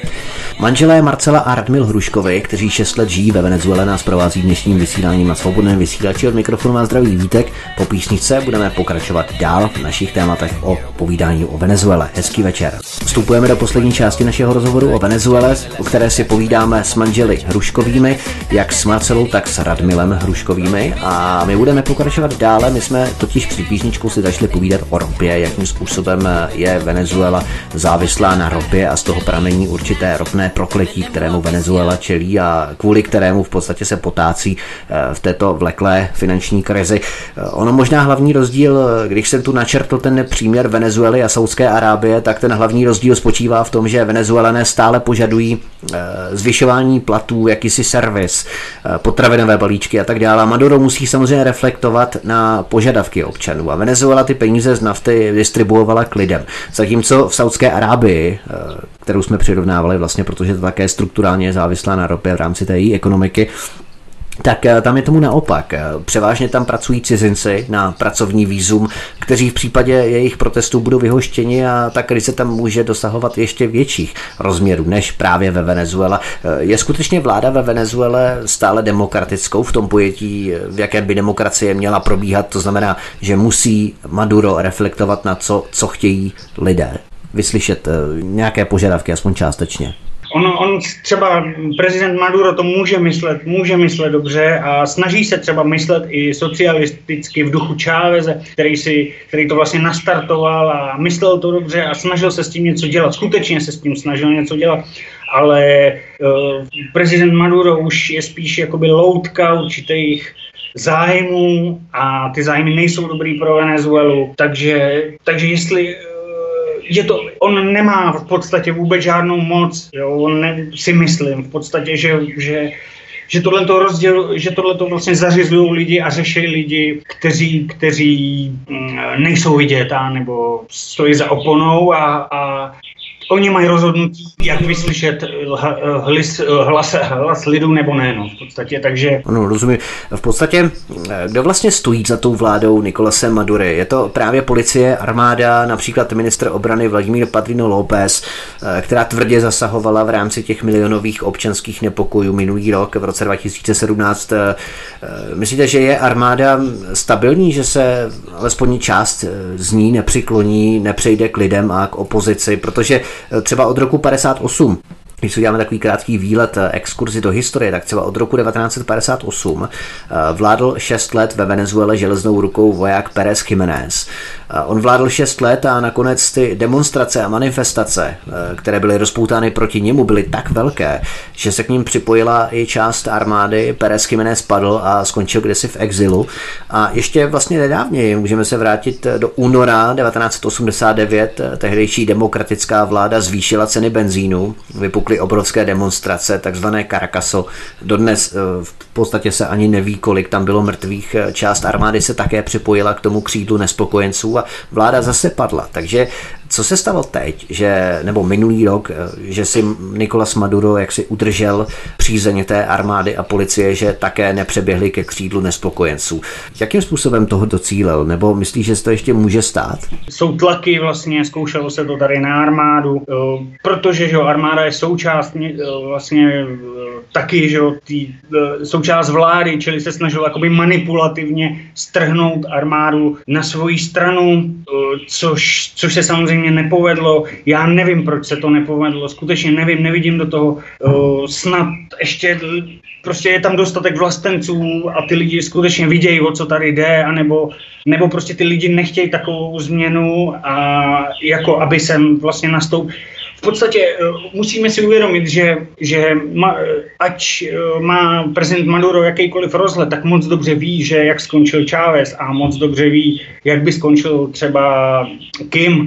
Manželé Marcela a Radmil Hruškovi, kteří šest let žijí ve Venezuele, nás provází dnešním vysíláním na Svobodném vysílači. Od mikrofonu vás zdraví Vítek. Po písničce budeme pokračovat dál v našich tématech o povídání o Venezuele. Hezký večer. Vstupujeme do poslední části našeho rozhovoru o Venezuele, o které si povídáme s manželi Hruškovými, jak s Marcelou, tak s Radmilem Hruškovými. A my budeme pokračovat dále. My jsme totiž při písničku si začali povídat o ropě, jakým způsobem je Venezuela závislá na ropě a z toho pramení určité ropné prokletí, kterému Venezuela čelí a kvůli kterému v podstatě se potácí v této vleklé finanční krizi. Ono možná hlavní rozdíl, když jsem tu načrtl ten příměr Venezuely a Saudské Arábie, tak ten hlavní rozdíl spočívá v tom, že Venezuelané stále požadují zvyšování platů, jakýsi servis, potravinové balíčky a tak dále. Maduro musí samozřejmě reflektovat na požadavky občanů a Venezuela ty peníze z nafty distribuovala k lidem. Zatímco v Saudské Arábii, kterou jsme přirovnávali vlastně, protože to také strukturálně je závislá na ropě v rámci té její ekonomiky, tak tam je tomu naopak. Převážně tam pracují cizinci na pracovní vízum, kteří v případě jejich protestů budou vyhoštěni a ta krize tam může dosahovat ještě větších rozměrů než právě ve Venezuele. Je skutečně vláda ve Venezuele stále demokratickou v tom pojetí, v jakém by demokracie měla probíhat, to znamená, že musí Maduro reflektovat na co, co chtějí lidé, vyslyšet nějaké požadavky, aspoň částečně. On, on třeba, prezident Maduro to může myslet, může myslet dobře a snaží se třeba myslet i socialisticky v duchu Cháveze, který, si, který to vlastně nastartoval a myslel to dobře a snažil se s tím něco dělat. Skutečně se s tím snažil něco dělat, ale uh, prezident Maduro už je spíš jakoby loutka určitých zájmů a ty zájmy nejsou dobrý pro Venezuelu, takže, takže jestli... Je to, on nemá v podstatě vůbec žádnou moc, jo, on ne, si myslím v podstatě, že, že, že tohleto rozděl, že tohleto vlastně zařizují lidi a řeší lidi, kteří, kteří nejsou vidět a nebo stojí za oponou a, a oni mají rozhodnutí, jak vyslyšet hlas, hlas, hlas lidu nebo ne, no, v podstatě, takže... Ano, rozumím. V podstatě, kdo vlastně stojí za tou vládou Nicolase Madury? Je to právě policie, armáda, například ministr obrany Vladimír Padrino López, která tvrdě zasahovala v rámci těch milionových občanských nepokojů minulý rok, v roce dva tisíce sedmnáct. Myslíte, že je armáda stabilní, že se alespoň část z ní nepřikloní, nepřejde k lidem a k opozici, protože třeba od roku padesát osm, když si uděláme takový krátký výlet, exkurzi do historie, tak třeba od roku devatenáct set padesát osm vládl šest let ve Venezuele železnou rukou voják Pérez Jiménez. On vládl šest let a nakonec ty demonstrace a manifestace, které byly rozpoutány proti němu, byly tak velké, že se k ním připojila i část armády. Pérez Jiménez padl a skončil kdysi v exilu. A ještě vlastně nedávněji, můžeme se vrátit do února devatenáct set osmdesát devět, tehdejší demokratická vláda zvýšila ceny benzínu, vypukly obrovské demonstrace, takzvané Caracaso. Dodnes v podstatě se ani neví, kolik tam bylo mrtvých. Část armády se také připojila k tomu křídlu nespokojenců a vláda zase padla. Takže co se stalo teď, že, nebo minulý rok, že si Nicolás Maduro jaksi udržel přízeň té armády a policie, že také nepřeběhli ke křídlu nespokojenců? Jakým způsobem toho docílil? Nebo myslíš, že se to ještě může stát? Jsou tlaky vlastně, zkoušelo se to tady na armádu, protože že armáda je součást vlastně taky, že tý, součást vlády, čili se snažil jakoby manipulativně strhnout armádu na svoji stranu, což, což se samozřejmě nepovedlo. Já nevím, proč se to nepovedlo, skutečně nevím, nevidím do toho. Snad ještě prostě je tam dostatek vlastenců a ty lidi skutečně vidějí, o co tady jde, anebo, nebo prostě ty lidi nechtějí takovou změnu a jako aby jsem vlastně nastoupil. V podstatě musíme si uvědomit, že, že ma, ať má prezident Maduro jakýkoliv rozhled, tak moc dobře ví, že jak skončil Chávez a moc dobře ví, jak by skončil třeba Kim.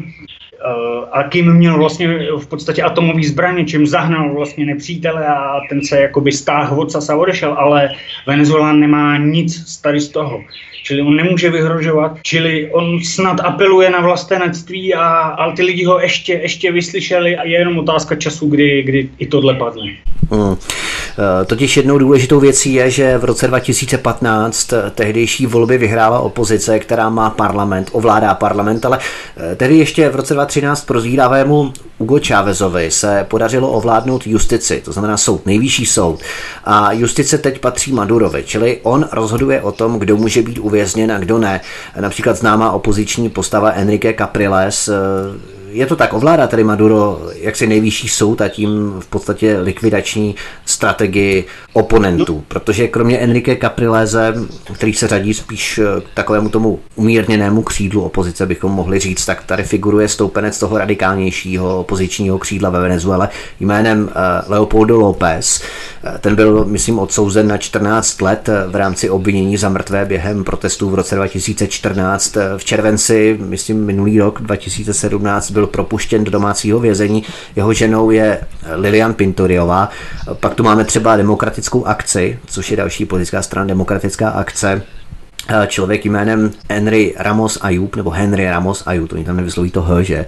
A Kim měl vlastně v podstatě atomový zbraně, čím zahnal vlastně nepřítele a ten se jakoby stáhl od a odešel, ale Venezuela nemá nic tady z toho. Čili on nemůže vyhrožovat, čili on snad apeluje na vlastenectví a, a ty lidi ho ještě, ještě vyslyšeli a je jenom otázka času, kdy, kdy i tohle padne. Hmm. Totiž jednou důležitou věcí je, že v roce dva tisíce patnáct tehdejší volby vyhrála opozice, která má parlament, ovládá parlament, ale tehdy ještě v roce dva tisíce třináct prozíravému Hugo Chávezovi se podařilo ovládnout justici, to znamená soud, nejvyšší soud. A justice teď patří Madurovi, čili on rozhoduje o tom, kdo může být uvězněn a kdo ne. Například známá opoziční postava Enrique Capriles. Je to tak, ovládá tedy Maduro jaksi nejvyšší soud a tím v podstatě likvidační strategii oponentů, protože kromě Enrique Caprilese, který se řadí spíš k takovému tomu umírněnému křídlu opozice, bychom mohli říct, tak tady figuruje stoupenec toho radikálnějšího opozičního křídla ve Venezuele jménem Leopoldo López. Ten byl, myslím, odsouzen na čtrnáct let v rámci obvinění za mrtvé během protestů v roce dva tisíce čtrnáct. V červenci, myslím, minulý rok dva tisíce sedmnáct byl propuštěn do domácího vězení. Jeho ženou je Lilian Pintoriová. Pak tu máme třeba Demokratickou akci, což je další politická strana, Demokratická akce. Člověk jménem Henry Ramos Ayub, nebo Henry Ramos Ayub, to oni tam nevysloví to H, že?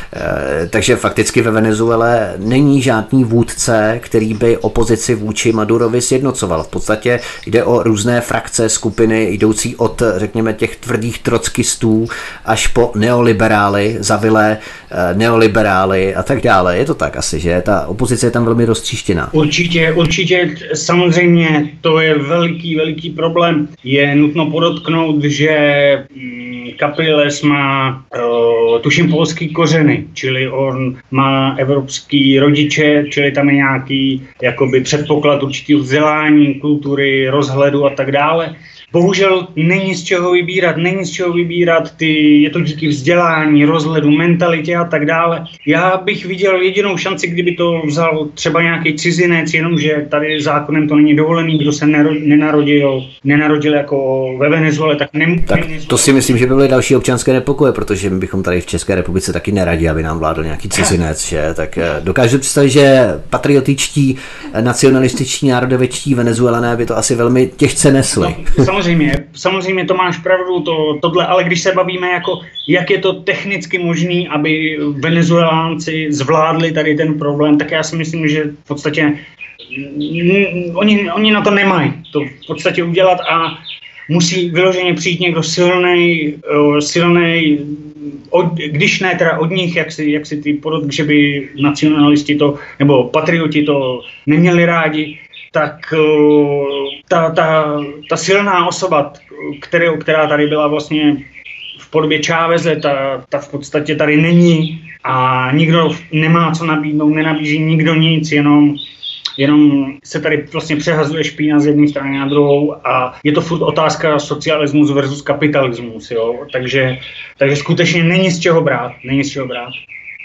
E, takže fakticky ve Venezuele není žádný vůdce, který by opozici vůči Madurovi sjednocoval. V podstatě jde o různé frakce, skupiny, jdoucí od, řekněme, těch tvrdých trockistů až po neoliberály, zavilé neoliberály a tak dále. Je to tak asi, že? Ta opozice je tam velmi roztříštěná. Určitě, určitě, samozřejmě to je veliký, veliký problém. Je nutno podotknout, že Capriles má, uh, tuším, polský kořeny, čili on má evropský rodiče, čili tam je nějaký jakoby předpoklad určitého vzdělání, kultury, rozhledu a tak dále. Bohužel není z čeho vybírat, není z čeho vybírat, ty, je to díky vzdělání, rozhledu, mentalitě a tak dále. Já bych viděl jedinou šanci, kdyby to vzal třeba nějaký cizinec, jenomže tady zákonem to není dovolený, kdo se nenarodil, nenarodil jako ve Venezuele, tak nemůže. Tak to si myslím, že by byly další občanské nepokoje, protože my bychom tady v České republice taky neradi, aby nám vládl nějaký cizinec, že? Tak dokážu představit, že patriotičtí, nacionalističtí, národovečtí Venezuelané by to asi velmi těžce nesli. No, Samozřejmě, samozřejmě to máš pravdu, to, tohle, ale když se bavíme, jako, jak je to technicky možné, aby Venezuelánci zvládli tady ten problém, tak já si myslím, že v podstatě oni, oni na to nemají to v podstatě udělat a musí vyloženě přijít někdo silnej, silnej, od, když ne teda od nich, jak si, jak si ty podotky, že by nacionalisti to, nebo patrioti to neměli rádi, tak ta, ta, ta silná osoba, kterou, která tady byla vlastně v podobě Cháveze, ta, ta v podstatě tady není a nikdo nemá co nabídnout, nenabízí nikdo nic, jenom Jenom se tady vlastně přehazuje špína z jedné strany na druhou a je to furt otázka socialismus versus kapitalismus, jo? Takže, takže skutečně není z čeho brát, není z čeho brát.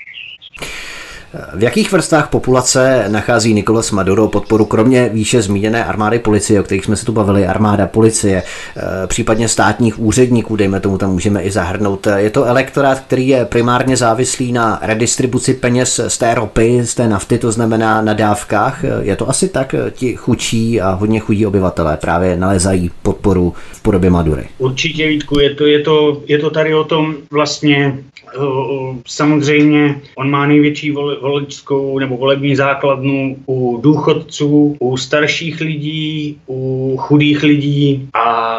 V jakých vrstách populace nachází Nicolás Maduro podporu, kromě výše zmíněné armády policie, o kterých jsme se tu bavili, armáda policie, případně státních úředníků, dejme tomu, tam můžeme i zahrnout. Je to elektorát, který je primárně závislý na redistribuci peněz z té ropy, z té nafty, to znamená na dávkách. Je to asi tak, ti chudší a hodně chudí obyvatelé právě nalezají podporu v podobě Madury? Určitě, Vítku, je to, je to, je to tady o tom vlastně, samozřejmě on má největší voličskou nebo volební základnu u důchodců, u starších lidí, u chudých lidí a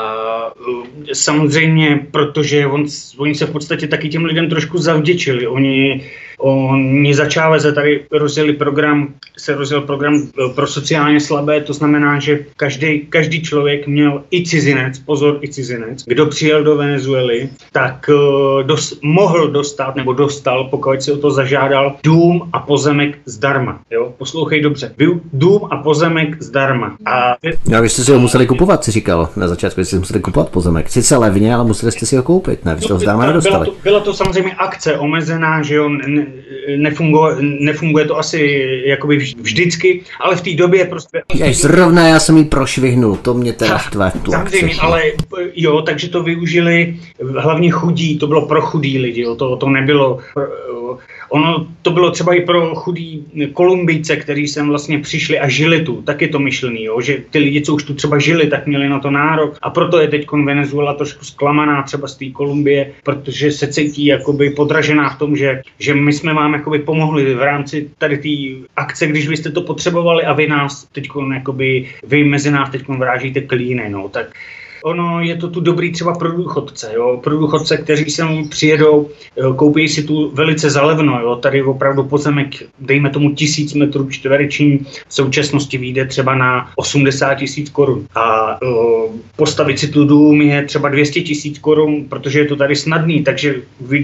samozřejmě, protože on, oni se v podstatě taky těm lidem trošku zavděčili. Oni, oni za Cháveze tady rozjeli program, se rozjel program pro sociálně slabé, to znamená, že každý, každý člověk měl i cizinec, pozor, i cizinec, kdo přijel do Venezuely, tak dos, mohl dostat nebo dostal, pokud si o to zažádal, dům a pozemek zdarma. Jo? Poslouchej dobře. Dům a pozemek zdarma. A... Já vy jste si ho museli kupovat, si říkal na začátku, že jste si museli kupovat pozemek. Sice levně, ale museli jste si ho koupit, ne? Vy jste ho zdarma nedostali. Byla to, byla to samozřejmě akce omezená, že jo, ne, nefunguje, nefunguje to asi jakoby vždycky, ale v té době prostě... Jež zrovna já jsem jí prošvihnul, to mě teda štve tu samozřejmě, ale jo, takže to využili hlavně chudí, to bylo pro chudí lidi, jo, to, to nebylo... Ono to bylo třeba i pro chudý Kolumbijce, kteří sem vlastně přišli a žili tu, tak je to myšlený, jo? Že ty lidi, co už tu třeba žili, tak měli na to nárok a proto je teď Venezuela trošku zklamaná třeba z té Kolumbie, protože se cítí jakoby podražená v tom, že, že my jsme vám jakoby pomohli v rámci tady té akce, když vy jste to potřebovali a vy nás teď jakoby, vy mezi nás teď vrážíte klíny, no, tak ono je to tu dobrý třeba pro důchodce, jo? Pro důchodce, kteří sem přijedou, koupí si tu velice zalevno, jo? Tady opravdu pozemek, dejme tomu tisíc metrů čtvereční, v současnosti vyjde třeba na osmdesát tisíc korun. A uh, postavit si tu dům je třeba dvě stě tisíc korun, protože je to tady snadný, takže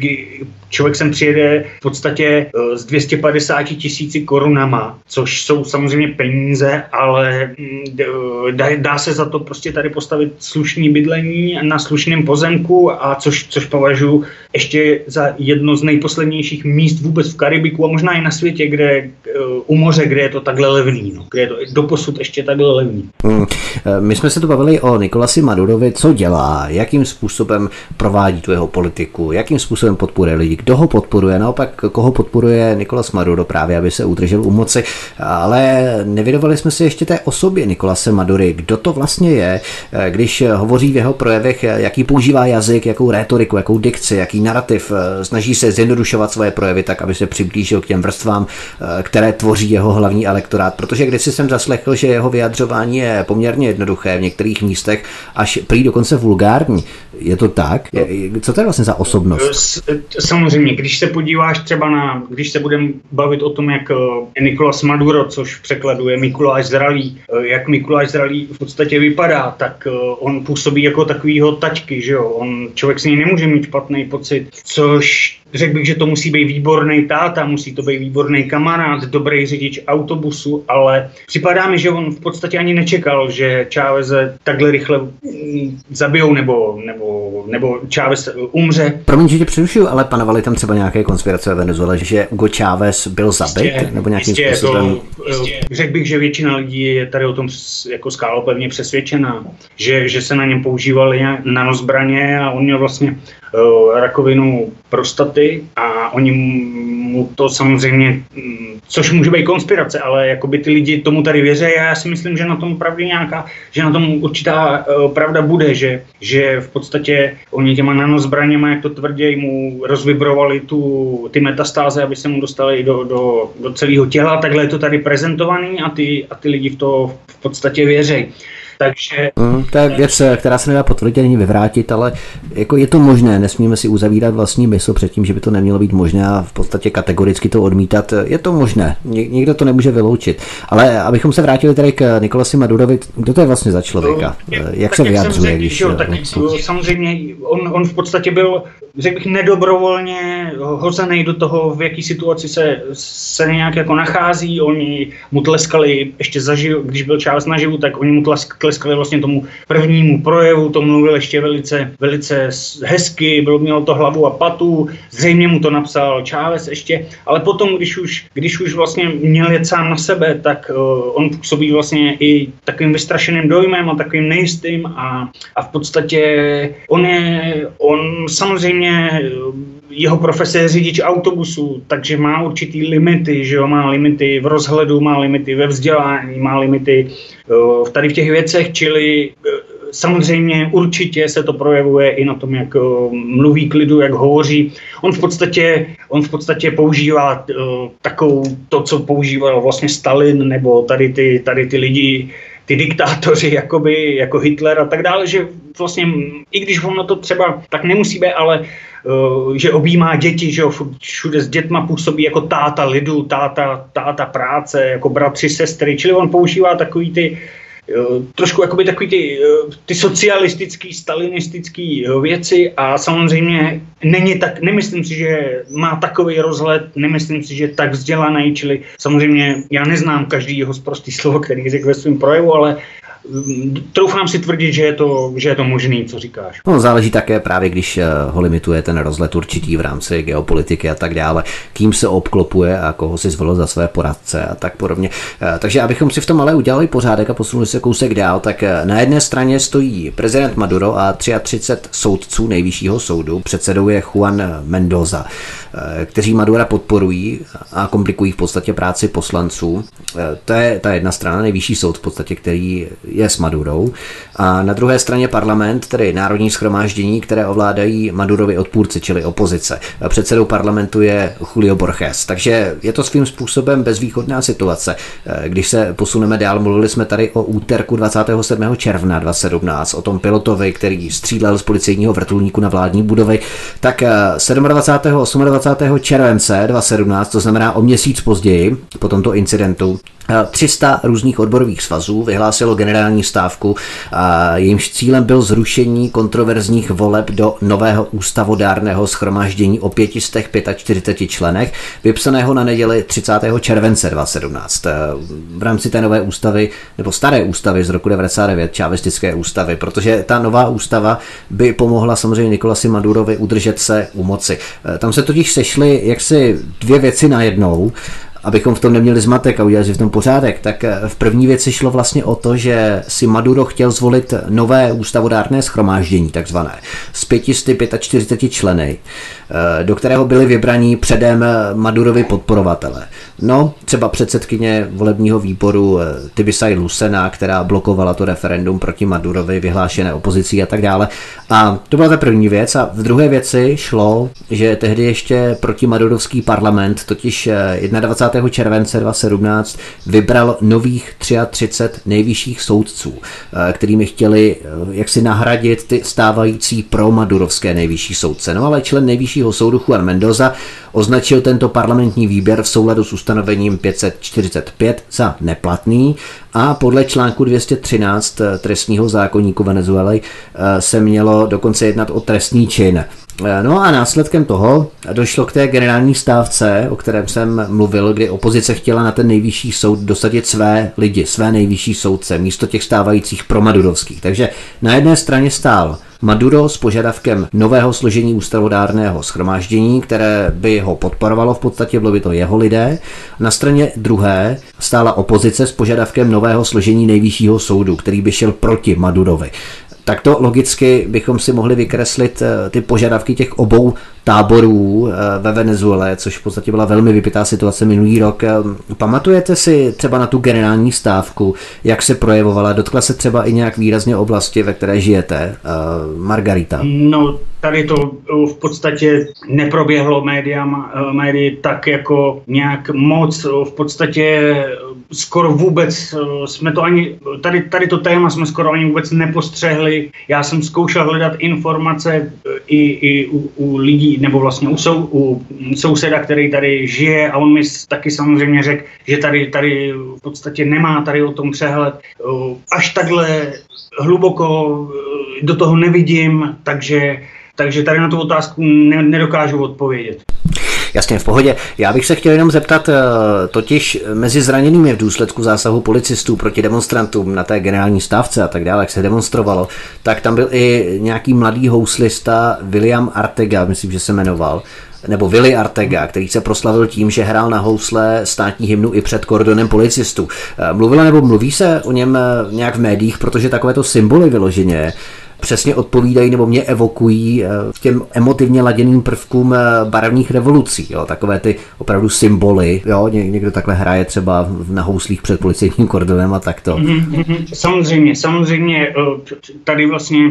člověk sem přijede v podstatě uh, s dvě stě padesát tisíci korunama, což jsou samozřejmě peníze, ale uh, dá, dá se za to prostě tady postavit slušný bydlení na slušném pozemku, a což, což považuji ještě za jedno z nejposlednějších míst vůbec v Karibiku a možná i na světě, kde u moře, kde je to takhle levný, no, kde je to doposud ještě takhle levný. Hmm. My jsme se tu bavili o Nicolasi Madurovi, co dělá, jakým způsobem provádí tu jeho politiku, jakým způsobem podporuje lidi, kdo ho podporuje, naopak koho podporuje Nicolás Maduro právě, aby se udržel u moci, ale nevěnovali jsme si ještě té osobě Nicolase Madury, kdo to vlastně je, když hovoří v jeho projevech, jaký používá jazyk, jakou rétoriku, jakou dikci, jaký narrativ, snaží se zjednodušovat svoje projevy tak, aby se přiblížil k těm vrstvám, které tvoří jeho hlavní elektorát, protože kdysi jsem zaslechl, že jeho vyjadřování je poměrně jednoduché v některých místech, až prý dokonce vulgární. Je to tak? Je, co to je vlastně za osobnost? Samozřejmě, když se podíváš třeba na, když se budeme bavit o tom, jak Nicolás Maduro, což v překladu je Mikuláš Zralý, jak Mikuláš Zralý v podstatě vypadá, tak on působí jako takovýho taťky, že jo? On, člověk s ní nemůže mít špatný pocit, což řekl bych, že to musí být výborný táta, musí to být výborný kamarád, dobrý řidič autobusu, ale připadá mi, že on v podstatě ani nečekal, že Cháveze takhle rychle zabijou nebo, nebo, nebo Chávez umře. Promiň, že tě přerušuju, ale panovaly tam třeba nějaké konspirace ve Venezuele, že Hugo Chávez byl zabit? Jistě, nebo nějakým jistě, způsobem? To, řekl bych, že většina lidí je tady o tom jako skálopevně přesvědčená, že, že se na něm používaly nanozbraně a on měl vlastně uh, rakovinu prostaty a oni mu to samozřejmě což může být konspirace, ale jakoby ty lidi tomu tady věří a já si myslím, že na tom pravdě nějaká, že na tom určitá uh, pravda bude, že, že v podstatě oni těma nanozbraněma, jak to tvrdí, mu rozvibrovali tu, ty metastáze, aby se mu dostali do, do, do celého těla, takhle je to tady prezentovaný a ty, a ty lidi v to v podstatě věří. Takže... Mm, to je věc, která se nedá potvrdit ani vyvrátit, ale jako je to možné, nesmíme si uzavírat vlastní mysl před tím, že by to nemělo být možné a v podstatě kategoricky to odmítat. Je to možné, Nik- to nemůže vyloučit. Ale abychom se vrátili tady k Nicolasi Madurovi, kdo to je vlastně za člověka? Je, jak se vyjadřuje? Řekl, když... Jo, tak samozřejmě on, on v podstatě byl, řekl bych, nedobrovolně hozený do toho, v jaký situaci se, se nějak jako nachází. Oni mu tleskali ještě zaživu, když byl Chávez naživu, tak oni mu tleskali tleskali vlastně tomu prvnímu projevu, to mluvil ještě velice, velice hezky, bylo, mělo to hlavu a patu, zřejmě mu to napsal Chávez ještě, ale potom, když už, když už vlastně měl jet sám na sebe, tak uh, on působí vlastně i takovým vystrašeným dojmem a takovým nejistým a, a v podstatě on je, on samozřejmě jeho profese je řidič autobusu, takže má určitý limity, že jo, má limity v rozhledu, má limity ve vzdělání, má limity uh, tady v těch věcech, čili uh, samozřejmě určitě se to projevuje i na tom, jak uh, mluví k lidu, jak hovoří. On v podstatě, on v podstatě používá uh, takovou to, co používal vlastně Stalin nebo tady ty, tady ty lidi, ty diktátoři, jakoby, jako Hitler a tak dále, že vlastně, i když ono to třeba tak nemusí být, ale uh, že objímá děti, že jo, všude s dětma působí jako táta lidu, táta, táta práce, jako bratři, sestry, čili on používá takový ty uh, trošku jakoby takový ty, uh, ty socialistický, stalinistický uh, věci a samozřejmě není tak, nemyslím si, že má takový rozhled, nemyslím si, že je tak vzdělaný, čili samozřejmě já neznám každý jeho sprostý slovo, který řekl ve svém projevu, ale troufám si tvrdit, že je to, že je to možný, co říkáš. No, záleží také právě, když ho limituje ten rozhled určitý v rámci geopolitiky a tak dále, kým se obklopuje a koho si zvolil za své poradce a tak podobně. Takže abychom si v tom ale udělali pořádek a posunuli se kousek dál, tak na jedné straně stojí prezident Maduro a třicet tři soudců nejvyššího soudu, předsedou je Juan Mendoza, kteří Madura podporují a komplikují v podstatě práci poslanců. To je ta jedna strana, nejvyšší soud v podstatě, který je s Madurou. A na druhé straně parlament, tedy Národní shromáždění, které ovládají Madurovi odpůrci, čili opozice. Předsedou parlamentu je Julio Borges. Takže je to svým způsobem bezvýchodná situace. Když se posuneme dál, mluvili jsme tady o úterku dvacátého sedmého června dva tisíce sedmnáct, o tom pilotovi, který střílel z policejního vrtulníku na vládní budovy, tak dvacátého sedmého a dvacátého osmého července dva tisíce sedmnáct, to znamená o měsíc později, po tomto incidentu, tři sta různých odborových svazů vyhlásilo generální stávku a jejímž cílem byl zrušení kontroverzních voleb do nového ústavodárného shromáždění o pět set čtyřicet pět členech, vypsaného na neděli třicátého července dva tisíce sedmnáct. V rámci té nové ústavy, nebo staré ústavy z roku devadesát devět, čávistické ústavy, protože ta nová ústava by pomohla samozřejmě Nicolasi Madurovi udržet se u moci. Tam se totiž sešly jaksi dvě věci najednou, abychom v tom neměli zmatek a udělali si v tom pořádek, tak v první věci šlo vlastně o to, že si Maduro chtěl zvolit nové ústavodárné shromáždění, takzvané, s pět set čtyřicet pět členy, do kterého byli vybraní předem Madurovi podporovatelé. No, třeba předsedkyně volebního výboru Tibisay Lucena, která blokovala to referendum proti Madurovi, vyhlášené opozicí a tak dále. A to byla ta první věc. A v druhé věci šlo, že tehdy ještě protimadurovský parlament, totiž dvacátého prvního července dva tisíce sedmnáct, vybral nových třicet tři nejvyšších soudců, kterými chtěli jaksi nahradit ty stávající promadurovské nejvyšší soudce. No ale člen nejvyššího soudu Juan Mendoza označil tento parlamentní výběr v souladu s ustanovením pět set čtyřicet pět za neplatný a podle článku dvě stě třináct trestního zákoníku Venezuely se mělo dokonce jednat o trestný čin. No a následkem toho došlo k té generální stávce, o kterém jsem mluvil, kdy opozice chtěla na ten nejvyšší soud dosadit své lidi, své nejvyšší soudce, místo těch stávajících promadurovských. Takže na jedné straně stál Maduro s požadavkem nového složení ústavodárného shromáždění, které by ho podporovalo, v podstatě bylo by to jeho lidé. Na straně druhé stála opozice s požadavkem nového složení nejvyššího soudu, který by šel proti Madurovi. Takto logicky bychom si mohli vykreslit ty požadavky těch obou táborů ve Venezuele, což v podstatě byla velmi vypjatá situace minulý rok. Pamatujete si třeba na tu generální stávku, jak se projevovala? Dotkla se třeba i nějak výrazně oblasti, ve které žijete? Margarita. No, tady to v podstatě neproběhlo médiám, médii tak jako nějak moc. V podstatě skoro vůbec jsme to ani, tady, tady to téma jsme skoro ani vůbec nepostřehli. Já jsem zkoušel hledat informace i, i u, u lidí, nebo vlastně u, sou, u souseda, který tady žije, a on mi taky samozřejmě řekl, že tady, tady v podstatě nemá tady o tom přehled. Až takhle hluboko do toho nevidím, takže, takže tady na tu otázku ne, nedokážu odpovědět. Jasně, v pohodě. Já bych se chtěl jenom zeptat, totiž mezi zraněnými v důsledku zásahu policistů proti demonstrantům na té generální stávce a tak dále, jak se demonstrovalo, tak tam byl i nějaký mladý houslista William Artega, myslím, že se jmenoval, nebo Willy Artega, který se proslavil tím, že hrál na housle státní hymnu i před kordonem policistů. Mluvila nebo mluví se o něm nějak v médiích, protože takovéto symboly vyloženě přesně odpovídají nebo mě evokují v těm emotivně laděným prvkům barevných revolucí. Jo? Takové ty opravdu symboly. Jo? Ně, někdo takhle hraje třeba na houslích před policejním kordonem a takto. Mm-hmm. Samozřejmě, samozřejmě tady vlastně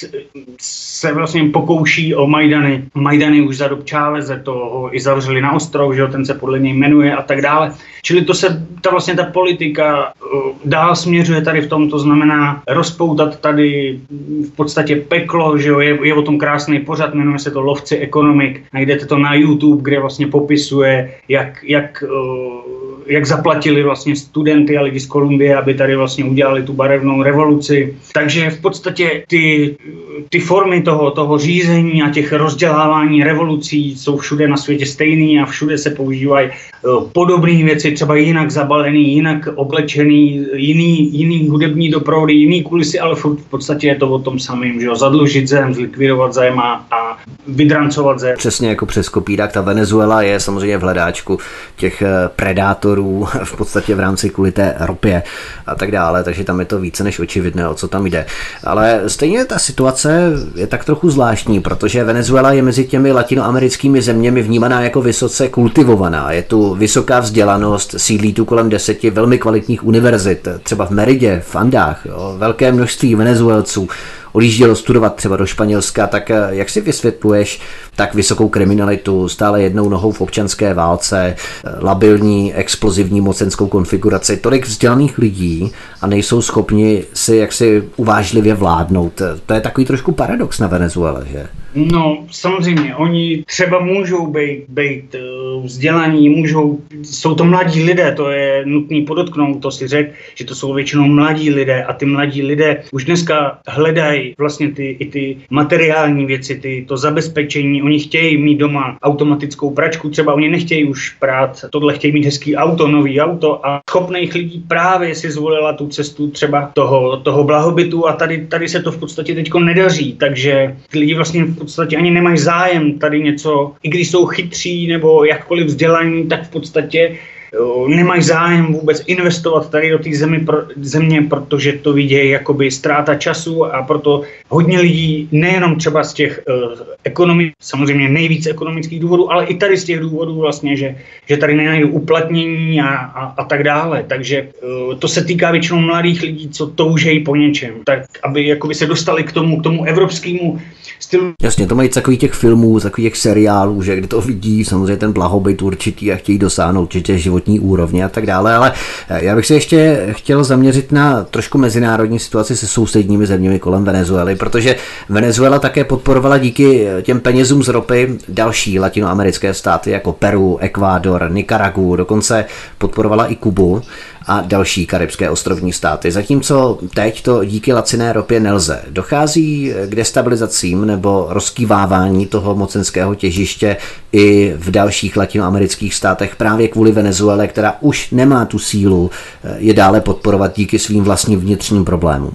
se vlastně pokouší o Majdany. Majdany už za dob Čáveze, to ho i zavřeli na ostrov, že jo? Ten se podle něj jmenuje a tak dále. Čili to se, ta vlastně ta politika dál směřuje tady v tom, to znamená rozpoutat tady v podstatě peklo, že jo, je, je o tom krásný pořad, jmenuje se to Lovci ekonomik, najdete to na YouTube, kde vlastně popisuje, jak, jak, uh, jak zaplatili vlastně studenty a lidi z Kolumbie, aby tady vlastně udělali tu barevnou revoluci. Takže v podstatě ty, ty formy toho, toho řízení a těch rozdělávání revolucí jsou všude na světě stejný a všude se používají uh, podobné věci, třeba jinak zabalený, jinak oblečený, jiný, jiný hudební doprovody, jiný kulisy, ale v podstatě je to o tom samým, že jo, zadlužit zem, zlikvidovat zem a, a vydrancovat zem. Přesně jako přes kopírák, ta Venezuela je samozřejmě v hledáčku těch predátorů v podstatě v rámci kvůli té ropě a tak dále, takže tam je to více než očividné, o co tam jde. Ale stejně ta situace je tak trochu zvláštní, protože Venezuela je mezi těmi latinoamerickými zeměmi vnímaná jako vysoce kultivovaná. Je tu vysoká vzdělanost, sídlí tu kolem deseti velmi kvalitních univerzit, třeba v Meridě, v Andách, jo, velké množství Venezuelců odjíždělo studovat třeba do Španělska, tak jak si vysvětluješ tak vysokou kriminalitu, stále jednou nohou v občanské válce, labilní, explozivní mocenskou konfiguraci, tolik vzdělaných lidí a nejsou schopni si jaksi uvážlivě vládnout. To je takový trošku paradox na Venezuele, že? No, samozřejmě, oni třeba můžou být, být vzdělaní, můžou, jsou to mladí lidé, to je nutný podotknout, to si řekl, že to jsou většinou mladí lidé a ty mladí lidé už dneska hledají vlastně ty, i ty materiální věci, ty, to zabezpečení, oni chtějí mít doma automatickou pračku, třeba oni nechtějí už prát, tohle chtějí mít hezký auto, nový auto a schopných lidí právě si zvolila tu cestu třeba toho, toho blahobytu a tady, tady se to v podstatě teďko nedaří, takže ty lidi vlastně v podstatě ani nemají zájem tady něco, i když jsou chytří nebo jakkoliv vzdělaní, tak v podstatě nemají zájem vůbec investovat tady do té země, pro, země, protože to vidějí jakoby ztráta času a proto hodně lidí, nejenom třeba z těch uh, ekonomik, samozřejmě nejvíc ekonomických důvodů, ale i tady z těch důvodů vlastně, že, že tady nenajdou uplatnění a, a, a tak dále. Takže uh, to se týká většinou mladých lidí, co toužejí po něčem, tak aby jakoby se dostali k tomu, k tomu evropskému stylu. Jasně, to mají takových těch filmů, takových těch seriálů, že kde to vidí samozřejmě ten blahobyt určitý a chtějí dosáhnout určitě životní úrovně a tak dále, ale já bych se ještě chtěl zaměřit na trošku mezinárodní situaci se sousedními zeměmi kolem Venezuely, protože Venezuela také podporovala díky těm penězům z ropy další latinoamerické státy jako Peru, Ekvádor, Nikaragu, dokonce podporovala i Kubu a další karibské ostrovní státy. Zatímco teď to díky laciné ropě nelze. Dochází k destabilizacím nebo rozkývávání toho mocenského těžiště i v dalších latinoamerických státech právě kvůli Venezuele, která už nemá tu sílu je dále podporovat díky svým vlastním vnitřním problémům.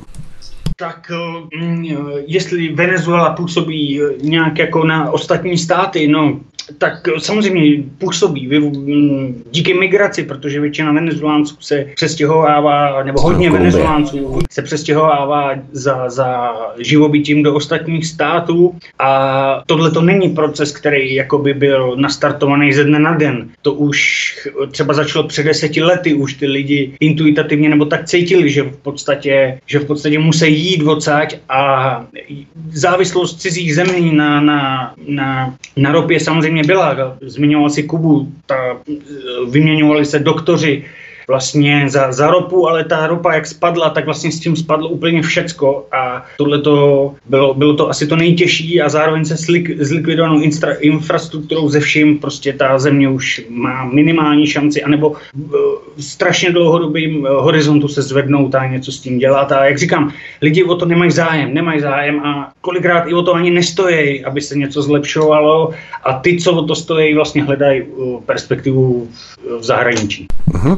Tak jestli Venezuela působí nějak jako na ostatní státy, no tak samozřejmě působí díky migraci, protože většina Venezuelánců se přestěhovává, nebo hodně Venezuelánců se přestěhovává za, za živobytím do ostatních států a tohle to není proces, který jakoby byl nastartovaný ze dne na den. To už třeba začalo před deseti lety, už ty lidi intuitivně nebo tak cítili, že v podstatě, že v podstatě musí jít odsaď a závislost cizích zemí na, na, na, na ropě samozřejmě byla. Zmiňoval si Kubu, ta, vyměňovali se doktoři vlastně za, za ropu, ale ta ropa jak spadla, tak vlastně s tím spadlo úplně všecko a tohle to bylo, bylo to asi to nejtěžší a zároveň se slik, zlikvidovanou instra, infrastrukturou ze vším, prostě ta země už má minimální šanci, anebo v strašně dlouhodobým horizontu se zvednout a něco s tím dělat a jak říkám, lidi o to nemají zájem, nemají zájem a kolikrát i o to ani nestojí, aby se něco zlepšovalo a ty, co o to stojí, vlastně hledají perspektivu v zahraničí. Uh-huh.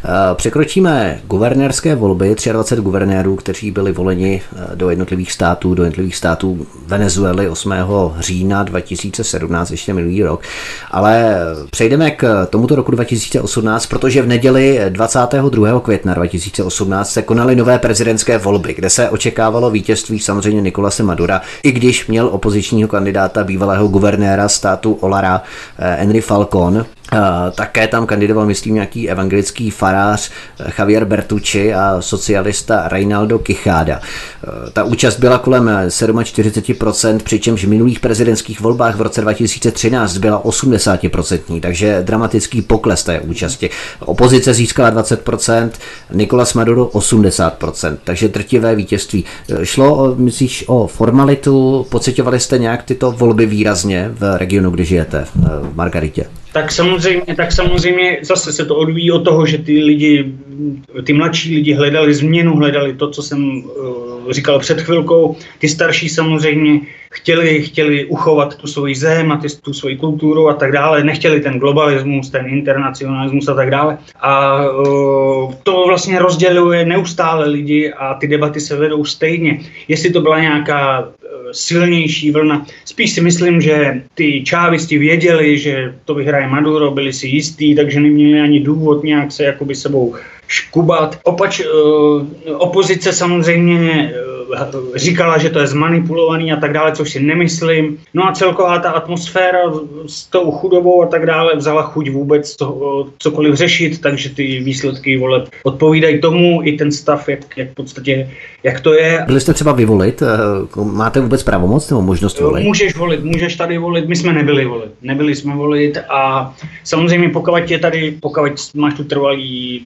Překročíme guvernérské volby, dvacet tři guvernérů, kteří byli voleni do jednotlivých států, do jednotlivých států Venezuely osmého října dva tisíce sedmnáct, ještě minulý rok. Ale přejdeme k tomuto roku dva tisíce osmnáct, protože v neděli dvacátého druhého května dva tisíce osmnáct se konaly nové prezidentské volby, kde se očekávalo vítězství samozřejmě Nicolase Madura, i když měl opozičního kandidáta bývalého guvernéra státu Olara Henry Falcón. Také tam kandidoval, myslím, nějaký evangelický farář Javier Bertucci a socialista Reinaldo Quijada. Ta účast byla kolem čtyřicet sedm procent, přičemž v minulých prezidentských volbách v roce dva tisíce třináct byla osmdesát procent, takže dramatický pokles té účasti. Opozice získala dvacet procent, Nicolás Maduro osmdesát procent, takže drtivé vítězství. Šlo, myslíš, o formalitu? Pociťovali jste nějak tyto volby výrazně v regionu, kde žijete, v Margaritě? Tak samozřejmě, tak samozřejmě zase se to odvíjí od toho, že ty lidi, ty mladší lidi hledali změnu, hledali to, co jsem uh, říkal před chvilkou. Ty starší samozřejmě chtěli, chtěli uchovat tu svoji zem a ty, tu svoji kulturu a tak dále. Nechtěli ten globalismus, ten internacionalismus a tak dále. A uh, to vlastně rozděluje neustále lidi a ty debaty se vedou stejně. Jestli to byla nějaká silnější vlna. Spíš si myslím, že ty čávisti věděli, že to vyhraje Maduro, byli si jistí, takže neměli ani důvod nějak se jakoby sebou škubat. Opač uh, opozice samozřejmě uh, říkala, že to je zmanipulovaný a tak dále, což si nemyslím. No a celková ta atmosféra s tou chudobou a tak dále vzala chuť vůbec to, uh, cokoliv řešit, takže ty výsledky voleb odpovídají tomu i ten stav, jak, jak v podstatě, jak to je. Byli jste třeba vyvolit? Máte vůbec pravomoc nebo možnost volit? Můžeš volit, můžeš tady volit, my jsme nebyli volit. Nebyli jsme volit a samozřejmě pokud je tady, pokud máš tu trvalý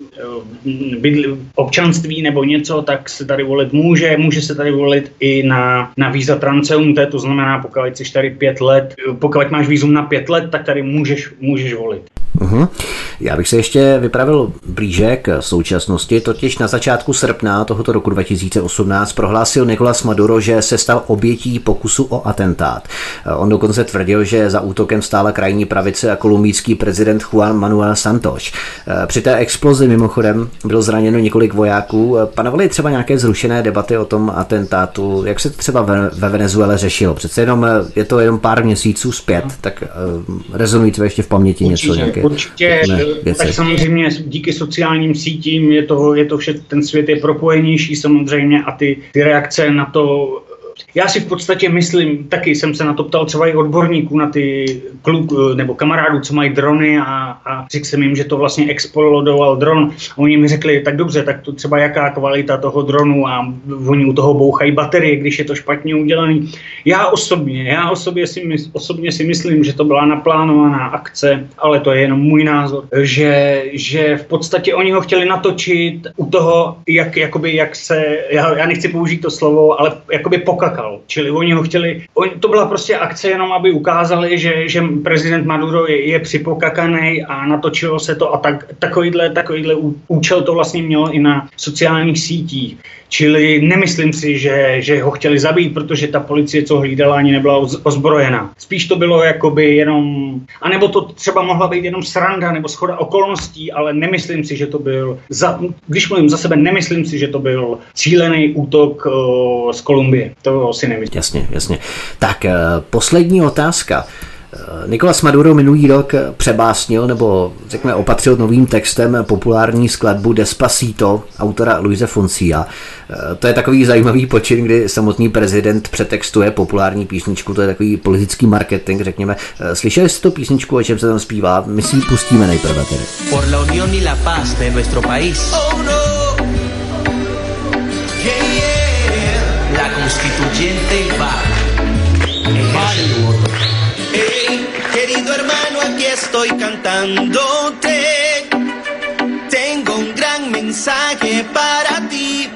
bydl, občanství nebo něco, tak se tady volit může, může se tady volit i na, na víza transeum, to znamená, pokud jsi tady pět let, pokud máš vízum na pět let, tak tady můžeš, můžeš volit. Uhum. Já bych se ještě vypravil blíže k současnosti, totiž na začátku srpna tohoto roku dva tisíce osmnáct prohlásil Nicolás Maduro, že se stal obětí pokusu o atentát. On dokonce tvrdil, že za útokem stála krajní pravice a kolumbijský prezident Juan Manuel Santos. Při té explozi mimochodem bylo zraněno několik vojáků. Panovaly třeba nějaké zrušené debaty o tom atentátu? Jak se to třeba ve, ve Venezuele řešilo? Přece jenom je to jenom pár měsíců zpět, tak rezonují třeba ještě v paměti něco nějaké. Určitě, tak samozřejmě díky sociálním sítím je to, je to vše, ten svět je propojenější samozřejmě a ty, ty reakce na to, já si v podstatě myslím, taky jsem se na to ptal třeba i odborníků, na ty kluk, nebo kamarádů, co mají drony a, a řekl jsem jim, že to vlastně explodoval dron. A oni mi řekli, tak dobře, tak to třeba jaká kvalita toho dronu a oni u toho bouchají baterie, když je to špatně udělaný. Já osobně, já osobně si, osobně si myslím, že to byla naplánovaná akce, ale to je jenom můj názor, že, že v podstatě oni ho chtěli natočit u toho, jak, jakoby, jak se, já, já nechci použít to slovo, ale jakoby pokakal. Čili oni ho chtěli, on, to byla prostě akce jenom, aby ukázali, že, že prezident Maduro je, je připokakanej a natočilo se to a tak, takovýhle, takovýhle účel to vlastně mělo i na sociálních sítích. Čili nemyslím si, že, že ho chtěli zabít, protože ta policie, co hlídala, ani nebyla ozbrojená. Spíš to bylo jakoby jenom, anebo to třeba mohla být jenom sranda nebo shoda okolností, ale nemyslím si, že to byl, za, když mluvím za sebe, nemyslím si, že to byl cílený útok uh, z Kolumbie. To si nemyslím. Jasně, jasně. Tak, poslední otázka. Nicolás Maduro minulý rok přebásnil nebo řekněme opatřil novým textem populární skladbu Despacito autora Luise Foncia. To je takový zajímavý počin, kdy samotný prezident přetextuje populární písničku, to je takový politický marketing, řekněme. Slyšeli jste tu písničku, o čem se tam zpívá? My si ji pustíme nejprve tedy. Por la unión y la paz de nuestro país. Oh no. Yeah, yeah. La constituyente va. Ejerce tu voto. Hey, querido hermano, aquí estoy cantándote. Tengo un gran mensaje para ti.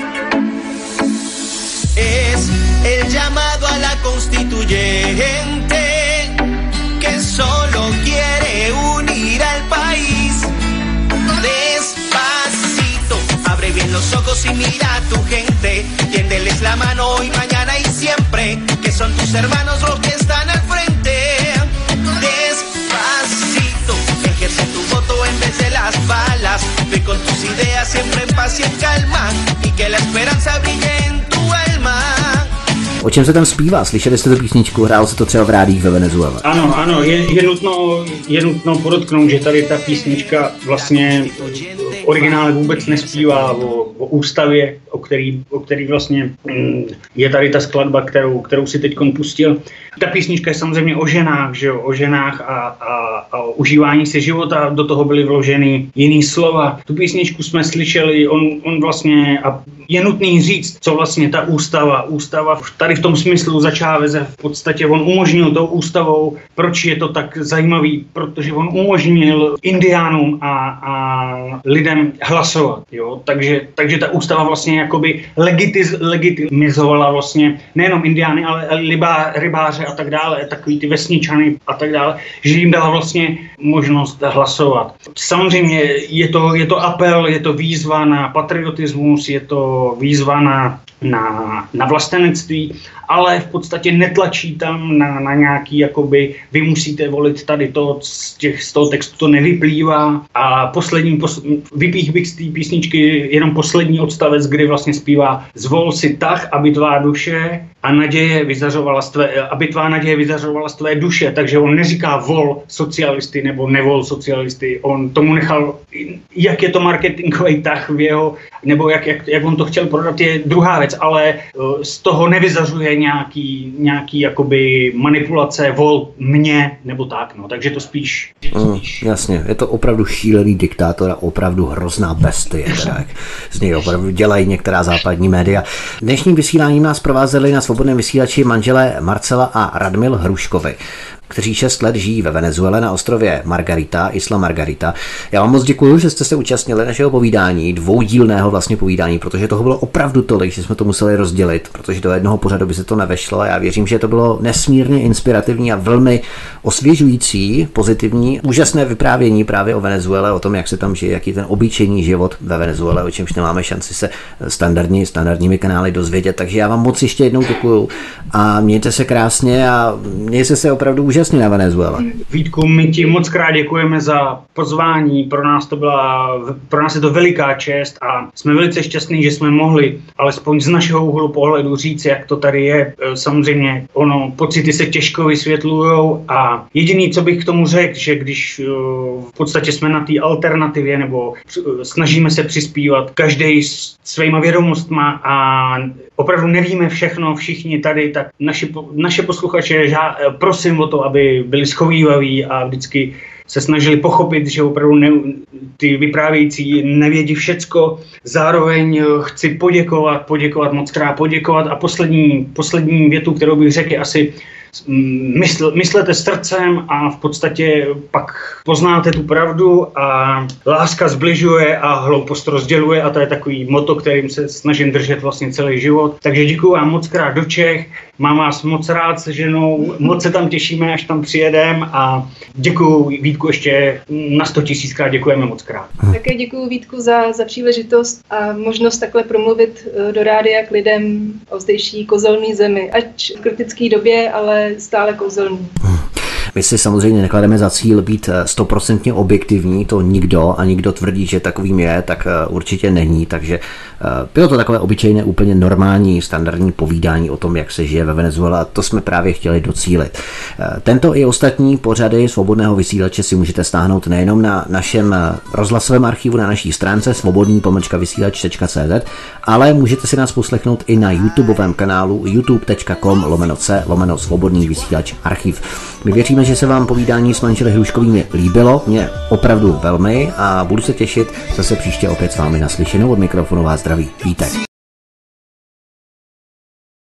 Es el llamado a la constituyente que solo quiere unir al país. Despacito, abre bien los ojos y mira a tu gente. Tiéndeles la mano hoy, mañana y siempre, que son tus hermanos los que están al frente. Despacito, ejerce tu voto en vez de las balas. Ve con tus ideas siempre en paz y en calma, y que la esperanza brille en tu alma. O čem se tam zpívá? Slyšeli jste tu písničku? Hrálo se to třeba v rádiích ve Venezuele? Ano, ano, je, je, nutno, je nutno podotknout, že tady ta písnička vlastně v originále vůbec nespívá o, o ústavě, o který, o který vlastně je tady ta skladba, kterou, kterou si teď pustil. Ta písnička je samozřejmě o ženách, že jo, o ženách a, a, a o užívání si života, do toho byly vloženy jiný slova. Tu písničku jsme slyšeli, on, on vlastně, a je nutný říct, co vlastně ta ústava, ústava tady v tom smyslu za Cháveze v podstatě on umožnil tou ústavou, proč je to tak zajímavý, protože on umožnil indiánům a, a lidem hlasovat, jo, takže, takže ta ústava vlastně jakoby legitiz, legitimizovala vlastně nejenom indiány, ale libá, rybáře a tak dále, takový ty vesničany a tak dále, že jim dala vlastně možnost hlasovat. Samozřejmě je to, je to apel, je to výzva na patriotismus, je to výzva na, na, na vlastenectví, ale v podstatě netlačí tam na, na nějaký, jakoby, vy musíte volit tady to, z, těch, z toho textu to nevyplývá. A poslední, pos, vypích bych z té písničky jenom poslední odstavec, kdy vlastně zpívá zvol si tak, aby tvá duše a naděje vyzařovala z tvé, aby tvá naděje vyzařovala z tvé duše. Takže on neříká vol socialisty nebo nevol socialisty, on tomu nechal, jak je to marketingový tah v jeho, nebo jak, jak, jak on to chtěl prodat, je druhá věc, ale uh, z toho nevyzařuje nějaký, nějaký jakoby manipulace, vol mě, nebo tak, no, takže to spíš... spíš. Mm, jasně, je to opravdu šílený diktátor a opravdu hrozná bestie, teda, jak z něj opravdu dělají některá západní média. Dnešním vysíláním nás provázeli na Svobodném vysílači manželé Marcela a Radmil Hruškovi, kteří šest let žijí ve Venezuele na ostrově Margarita, Isla Margarita. Já vám moc děkuji, že jste se účastnili našeho povídání, dvoudílného vlastně povídání, protože toho bylo opravdu tolik, že jsme to museli rozdělit, protože do jednoho pořadu by se to nevešlo a já věřím, že to bylo nesmírně inspirativní a velmi osvěžující, pozitivní, úžasné vyprávění právě o Venezuele, o tom, jak se tam žije, jaký ten obyčejný život ve Venezuele, o čemž nemáme šanci se standardní, standardními kanály dozvědět. Takže já vám moc ještě jednou děkuju a mějte se krásně a mějte se opravdu úžasně na Venezuela. Vítku, my ti moc krát děkujeme za pozvání, pro nás to byla, pro nás je to veliká čest a jsme velice šťastní, že jsme mohli alespoň z našeho úhlu pohledu říct, jak to tady je. Samozřejmě ono, pocity se těžko vysvětlujou a jediný, co bych k tomu řekl, že když v podstatě jsme na té alternativě nebo snažíme se přispívat každý svýma vědomostma a opravdu nevíme všechno všichni tady, tak naši, naše posluchače žá, prosím o to, aby byli schovývaví a vždycky se snažili pochopit, že opravdu ne, ty vyprávějící nevědí všecko. Zároveň chci poděkovat, poděkovat moc krát, poděkovat a poslední, poslední větu, kterou bych řekl, je asi Mysl, myslete srdcem a v podstatě pak poznáte tu pravdu a láska zbližuje a hloupost rozděluje a to je takový motto, kterým se snažím držet vlastně celý život. Takže děkuji vám moc krát do Čech, mám vás moc rád se ženou, moc se tam těšíme, až tam přijedem a děkuji Vítku ještě na sto tisíckrát, děkujeme moc krát. Také děkuji Vítku za, za příležitost a možnost takhle promluvit do rádia k lidem o zdejší kozelné zemi, ať v kritické době, ale stále kouzelný. My si samozřejmě neklademe za cíl být stoprocentně objektivní, to nikdo a nikdo tvrdí, že takovým je, tak určitě není, takže bylo to takové obyčejné, úplně normální, standardní povídání o tom, jak se žije ve Venezuele a to jsme právě chtěli docílit. Tento i ostatní pořady Svobodného vysílače si můžete stáhnout nejenom na našem rozhlasovém archivu na naší stránce svobodný pomlčka vysílač tečka cé zet, ale můžete si nás poslechnout i na YouTubeovém kanálu youtube tečka com lomeno c lomeno svobodný vysílač archiv. My věříme, že se vám povídání s manželi Hruškovými líbilo, mě opravdu velmi a budu se těšit zase příště opět s vámi naslyšenou. Od mikrofonu vás zdraví Vítek.